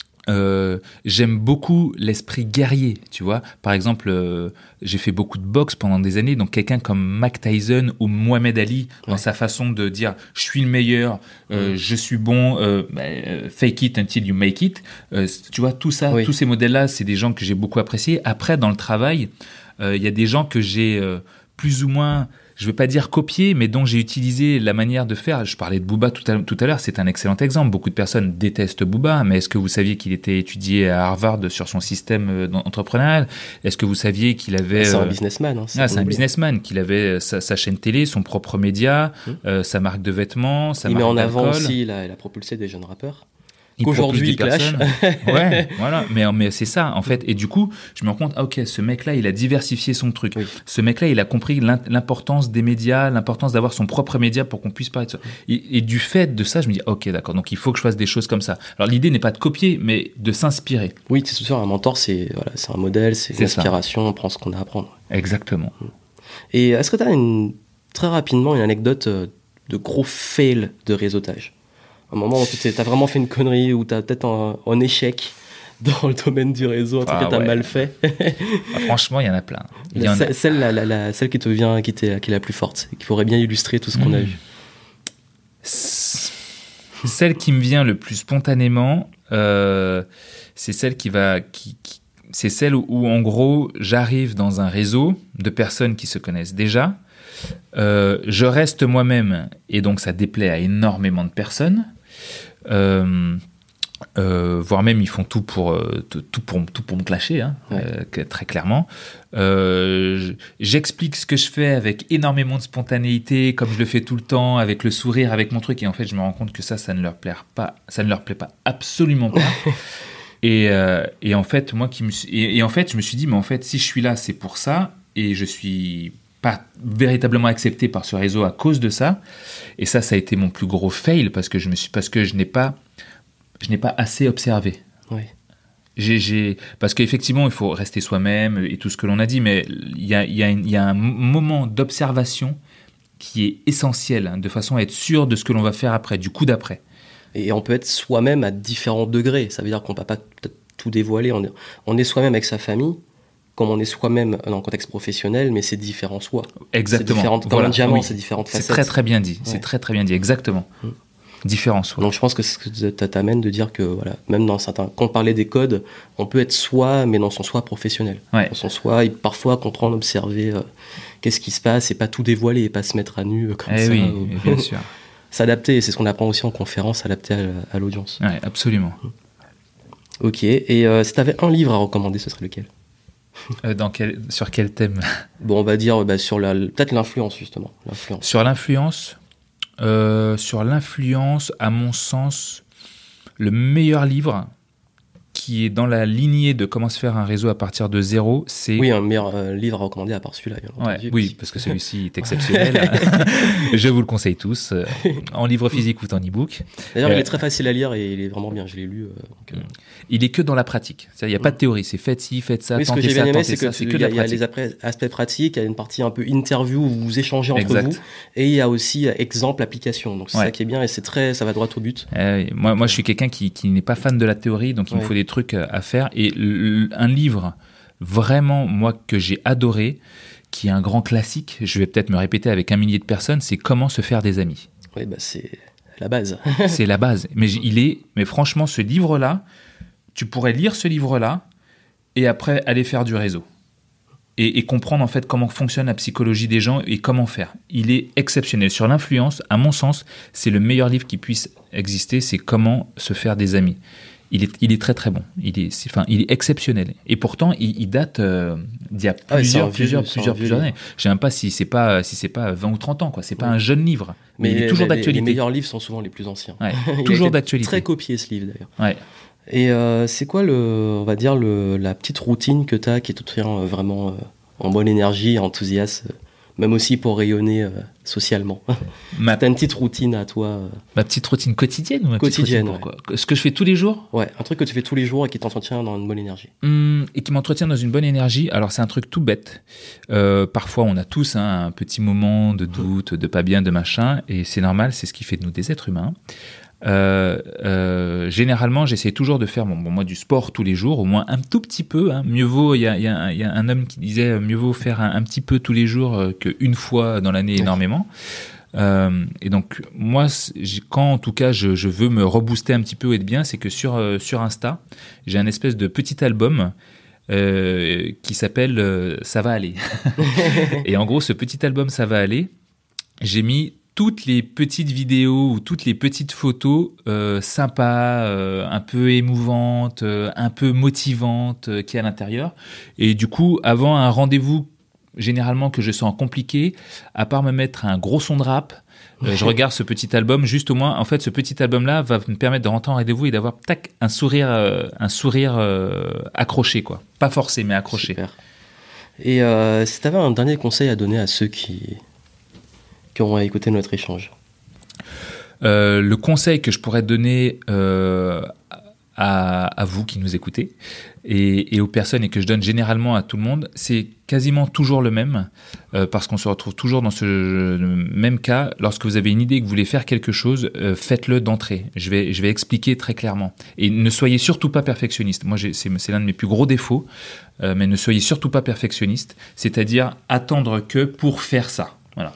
j'aime beaucoup l'esprit guerrier, tu vois. Par exemple, j'ai fait beaucoup de boxe pendant des années, donc quelqu'un comme Mike Tyson ou Mohamed Ali, dans sa façon de dire « je suis le meilleur, je suis bon, fake it until you make it », tu vois, tout ça, tous ces modèles-là, c'est des gens que j'ai beaucoup appréciés. Après, dans le travail, il y a des gens que j'ai plus ou moins, je ne veux pas dire copié, mais dont j'ai utilisé la manière de faire. Je parlais de Booba tout à l'heure, c'est un excellent exemple. Beaucoup de personnes détestent Booba, mais est-ce que vous saviez qu'il était étudié à Harvard sur son système entrepreneurial? Est-ce que vous saviez qu'il avait... C'est un businessman. Hein, c'est un businessman, qu'il avait sa chaîne télé, son propre média, sa marque de vêtements, sa marque d'alcool. Il met en avant aussi, il a propulsé des jeunes rappeurs. Qu'aujourd'hui il clash. Ouais, voilà. Mais c'est ça, en fait. Et du coup, je me rends compte, ok, ce mec-là, il a diversifié son truc. Oui. Ce mec-là, il a compris l'importance des médias, l'importance d'avoir son propre média pour qu'on puisse parler de ça. Et du fait de ça, je me dis, ok, d'accord. Donc, il faut que je fasse des choses comme ça. Alors, l'idée n'est pas de copier, mais de s'inspirer. Oui, c'est sûr. Un mentor, c'est un modèle, c'est une inspiration. On prend ce qu'on a à apprendre. Exactement. Et est-ce que tu as très rapidement une anecdote de gros fail de réseautage? Un moment où tu as vraiment fait une connerie, ou tu as peut-être un échec dans le domaine du réseau, un truc que tu as mal fait. Franchement, il y en a plein. Celle qui te vient, qui est la plus forte, et qui pourrait bien illustrer tout ce qu'on a vu. Celle qui me vient le plus spontanément, c'est celle c'est celle où, en gros, j'arrive dans un réseau de personnes qui se connaissent déjà. Je reste moi-même, et donc ça déplaît à énormément de personnes. Voire même ils font tout pour me clasher, hein, très clairement. J'explique ce que je fais avec énormément de spontanéité, comme je le fais tout le temps, avec le sourire, avec mon truc, et en fait je me rends compte que ça ne leur plaît pas, absolument pas. et en fait je me suis dit, mais en fait si je suis là, c'est pour ça, et je suis pas véritablement accepté par ce réseau à cause de ça. Et ça a été mon plus gros fail, parce que je n'ai pas assez observé. Oui. Parce qu'effectivement, il faut rester soi-même et tout ce que l'on a dit, mais il y a un moment d'observation qui est essentiel, hein, de façon à être sûr de ce que l'on va faire après, du coup d'après. Et on peut être soi-même à différents degrés. Ça veut dire qu'on ne peut pas peut-être tout dévoiler. On est soi-même avec sa famille, comme on est soi-même dans le contexte professionnel, mais c'est différent soi. Exactement. Comme un diamant, c'est différentes facettes. C'est très très bien dit. Ouais. C'est très très bien dit. Exactement. Différent soi. Donc je pense que ce que ça t'amène de dire que même dans certains, quand on parlait des codes, on peut être soi, mais dans son soi professionnel. Ouais. Dans son soi, et parfois comprendre, observer qu'est-ce qui se passe, et pas tout dévoiler, et pas se mettre à nu comme ça. Oui, bien sûr. S'adapter, c'est ce qu'on apprend aussi en conférence, s'adapter à l'audience. Ouais, absolument. Ok. Et si t'avais un livre à recommander, ce serait lequel? Sur quel thème? Bon, on va dire sur peut-être l'influence, justement. Sur l'influence, à mon sens, le meilleur livre qui est dans la lignée de comment se faire un réseau à partir de zéro, c'est... Oui, un meilleur livre à recommander à part celui-là, bien entendu. Oui, parce que celui-ci est exceptionnel. Je vous le conseille tous, en livre physique ou en e-book. D'ailleurs, il est très facile à lire et il est vraiment bien, je l'ai lu. Il est que dans la pratique. Il n'y a pas de théorie, c'est faites ci, faites ça, tentez ça, tentez ça. Ce que j'ai bien aimé, c'est qu'il y a les aspects pratiques, il y a une partie un peu interview où vous échangez entre vous, et il y a aussi exemple, application. Donc c'est ça qui est bien, et ça va droit au but. Moi, je suis quelqu'un qui n'est pas fan de la théorie, donc il me faut des trucs à faire. Et un livre, vraiment, moi, que j'ai adoré, qui est un grand classique, je vais peut-être me répéter avec 1 millier de personnes, c'est Comment se faire des amis. Oui, c'est la base. C'est la base. Mais franchement, ce livre-là, tu pourrais lire ce livre-là et après aller faire du réseau. Et comprendre en fait comment fonctionne la psychologie des gens et comment faire. Il est exceptionnel. Sur l'influence, à mon sens, c'est le meilleur livre qui puisse exister, c'est Comment se faire des amis. Il est très très bon. Il est exceptionnel. Et pourtant, il date d'il y a plusieurs années. Je sais même pas si c'est pas 20 ou 30 ans, quoi. C'est pas un jeune livre. Mais il est toujours d'actualité. Les meilleurs livres sont souvent les plus anciens. Ouais, toujours d'actualité. Très copié ce livre d'ailleurs. Ouais. Et c'est quoi on va dire la petite routine que tu as qui te tient vraiment en bonne énergie, enthousiaste, même aussi pour rayonner socialement? T'as une petite routine à toi? Ma petite routine quotidienne ou ma quotidienne, petite routine Ce que je fais tous les jours? Ouais, un truc que tu fais tous les jours et qui t'entretient dans une bonne énergie. Et qui m'entretient dans une bonne énergie. Alors c'est un truc tout bête. Parfois on a tous un petit moment de doute, de pas bien, de machin, et c'est normal, c'est ce qui fait de nous des êtres humains. Généralement, j'essaie toujours de faire moi du sport tous les jours, au moins un tout petit peu. Hein. Mieux vaut, il y a un homme qui disait mieux vaut faire un petit peu tous les jours qu'une fois dans l'année énormément. Et donc moi, quand en tout cas je veux me rebooster un petit peu ou être bien, c'est que sur Insta, j'ai un espèce de petit album qui s'appelle Ça va aller. Et en gros, ce petit album Ça va aller, j'ai mis toutes les petites vidéos ou toutes les petites photos sympas, un peu émouvantes, un peu motivantes qu'il y a à l'intérieur. Et du coup, avant un rendez-vous généralement que je sens compliqué, à part me mettre un gros son de rap, je regarde ce petit album, juste au moins, en fait, ce petit album-là va me permettre de rentrer en rendez-vous et d'avoir un sourire accroché, quoi. Pas forcé, mais accroché. Super. Et si tu avais un dernier conseil à donner à ceux qui auront écouté notre échange. Le conseil que je pourrais donner à vous qui nous écoutez et aux personnes et que je donne généralement à tout le monde, c'est quasiment toujours le même parce qu'on se retrouve toujours dans ce même cas. Lorsque vous avez une idée et que vous voulez faire quelque chose, faites-le d'entrée. Je vais expliquer très clairement. Et ne soyez surtout pas perfectionniste. Moi, c'est l'un de mes plus gros défauts, mais ne soyez surtout pas perfectionniste, c'est-à-dire attendre que pour faire ça. Voilà.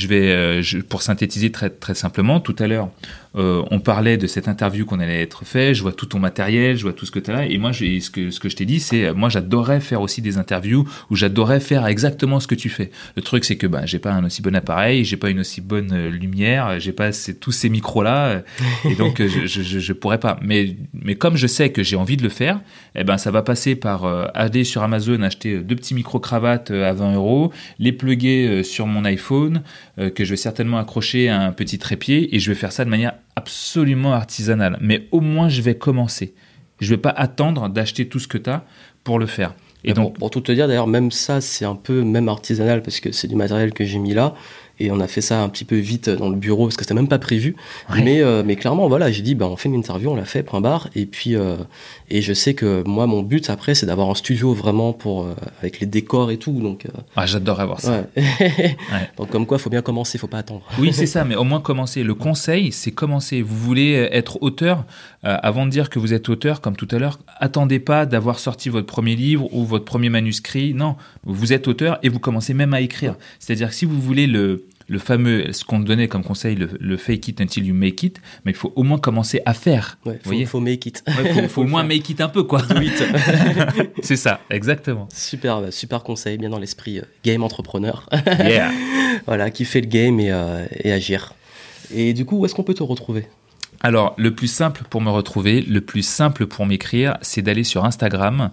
Pour synthétiser très, très simplement, tout à l'heure, on parlait de cette interview qu'on allait être fait, je vois tout ton matériel, je vois tout ce que tu as là, et moi, ce que je t'ai dit, c'est, moi, j'adorerais faire aussi des interviews où j'adorerais faire exactement ce que tu fais. Le truc, c'est que j'ai pas un aussi bon appareil, j'ai pas une aussi bonne lumière, j'ai pas tous ces micros-là, et donc je pourrais pas. Mais comme je sais que j'ai envie de le faire, ça va passer par aller sur Amazon, acheter 2 petits micro-cravates à 20 €, les plugger sur mon iPhone, que je vais certainement accrocher à un petit trépied, et je vais faire ça de manière absolument artisanale. Mais au moins, je vais commencer. Je vais pas attendre d'acheter tout ce que tu as pour le faire. Et donc, pour tout te dire, d'ailleurs, même ça, c'est un peu même artisanal parce que c'est du matériel que j'ai mis là. Et on a fait ça un petit peu vite dans le bureau parce que c'était même pas prévu. Ouais. Mais clairement, voilà, j'ai dit, on fait une interview, on l'a fait, point barre. Et puis, et je sais que moi, mon but après, c'est d'avoir un studio vraiment avec les décors et tout. Donc, j'adorerais voir ça. Ouais. Ouais. Donc, comme quoi, faut bien commencer, faut pas attendre. Oui, c'est ça, mais au moins commencer. Le conseil, c'est commencer. Vous voulez être auteur, avant de dire que vous êtes auteur, comme tout à l'heure, attendez pas d'avoir sorti votre premier livre ou votre premier manuscrit. Non, vous êtes auteur et vous commencez même à écrire. C'est-à-dire que si vous voulez le fameux, ce qu'on donnait comme conseil, le fake it until you make it, mais il faut au moins commencer à faire. Ouais, faut make it. Ouais, faut au moins make it un peu, quoi. Do it. C'est ça, exactement. Super conseil, bien dans l'esprit game entrepreneur. Yeah. Voilà, qui fait le game et agir. Et du coup, où est-ce qu'on peut te retrouver ? Alors, le plus simple pour me retrouver, le plus simple pour m'écrire, c'est d'aller sur Instagram,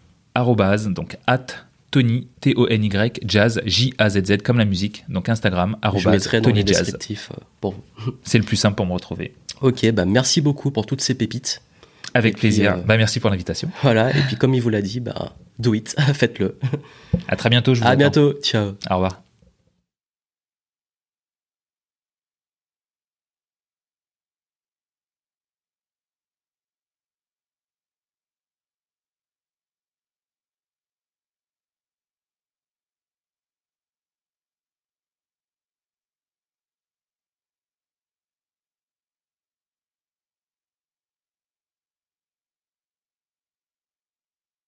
donc @Tony, Tony, Jazz, Jazz, comme la musique. Donc Instagram, je mettrai dans les descriptifs pour vous. C'est le plus simple pour me retrouver. Ok, merci beaucoup pour toutes ces pépites. Avec plaisir. Merci pour l'invitation. Voilà, et puis comme il vous l'a dit, do it, faites-le. À très bientôt, À bientôt, ciao. Au revoir.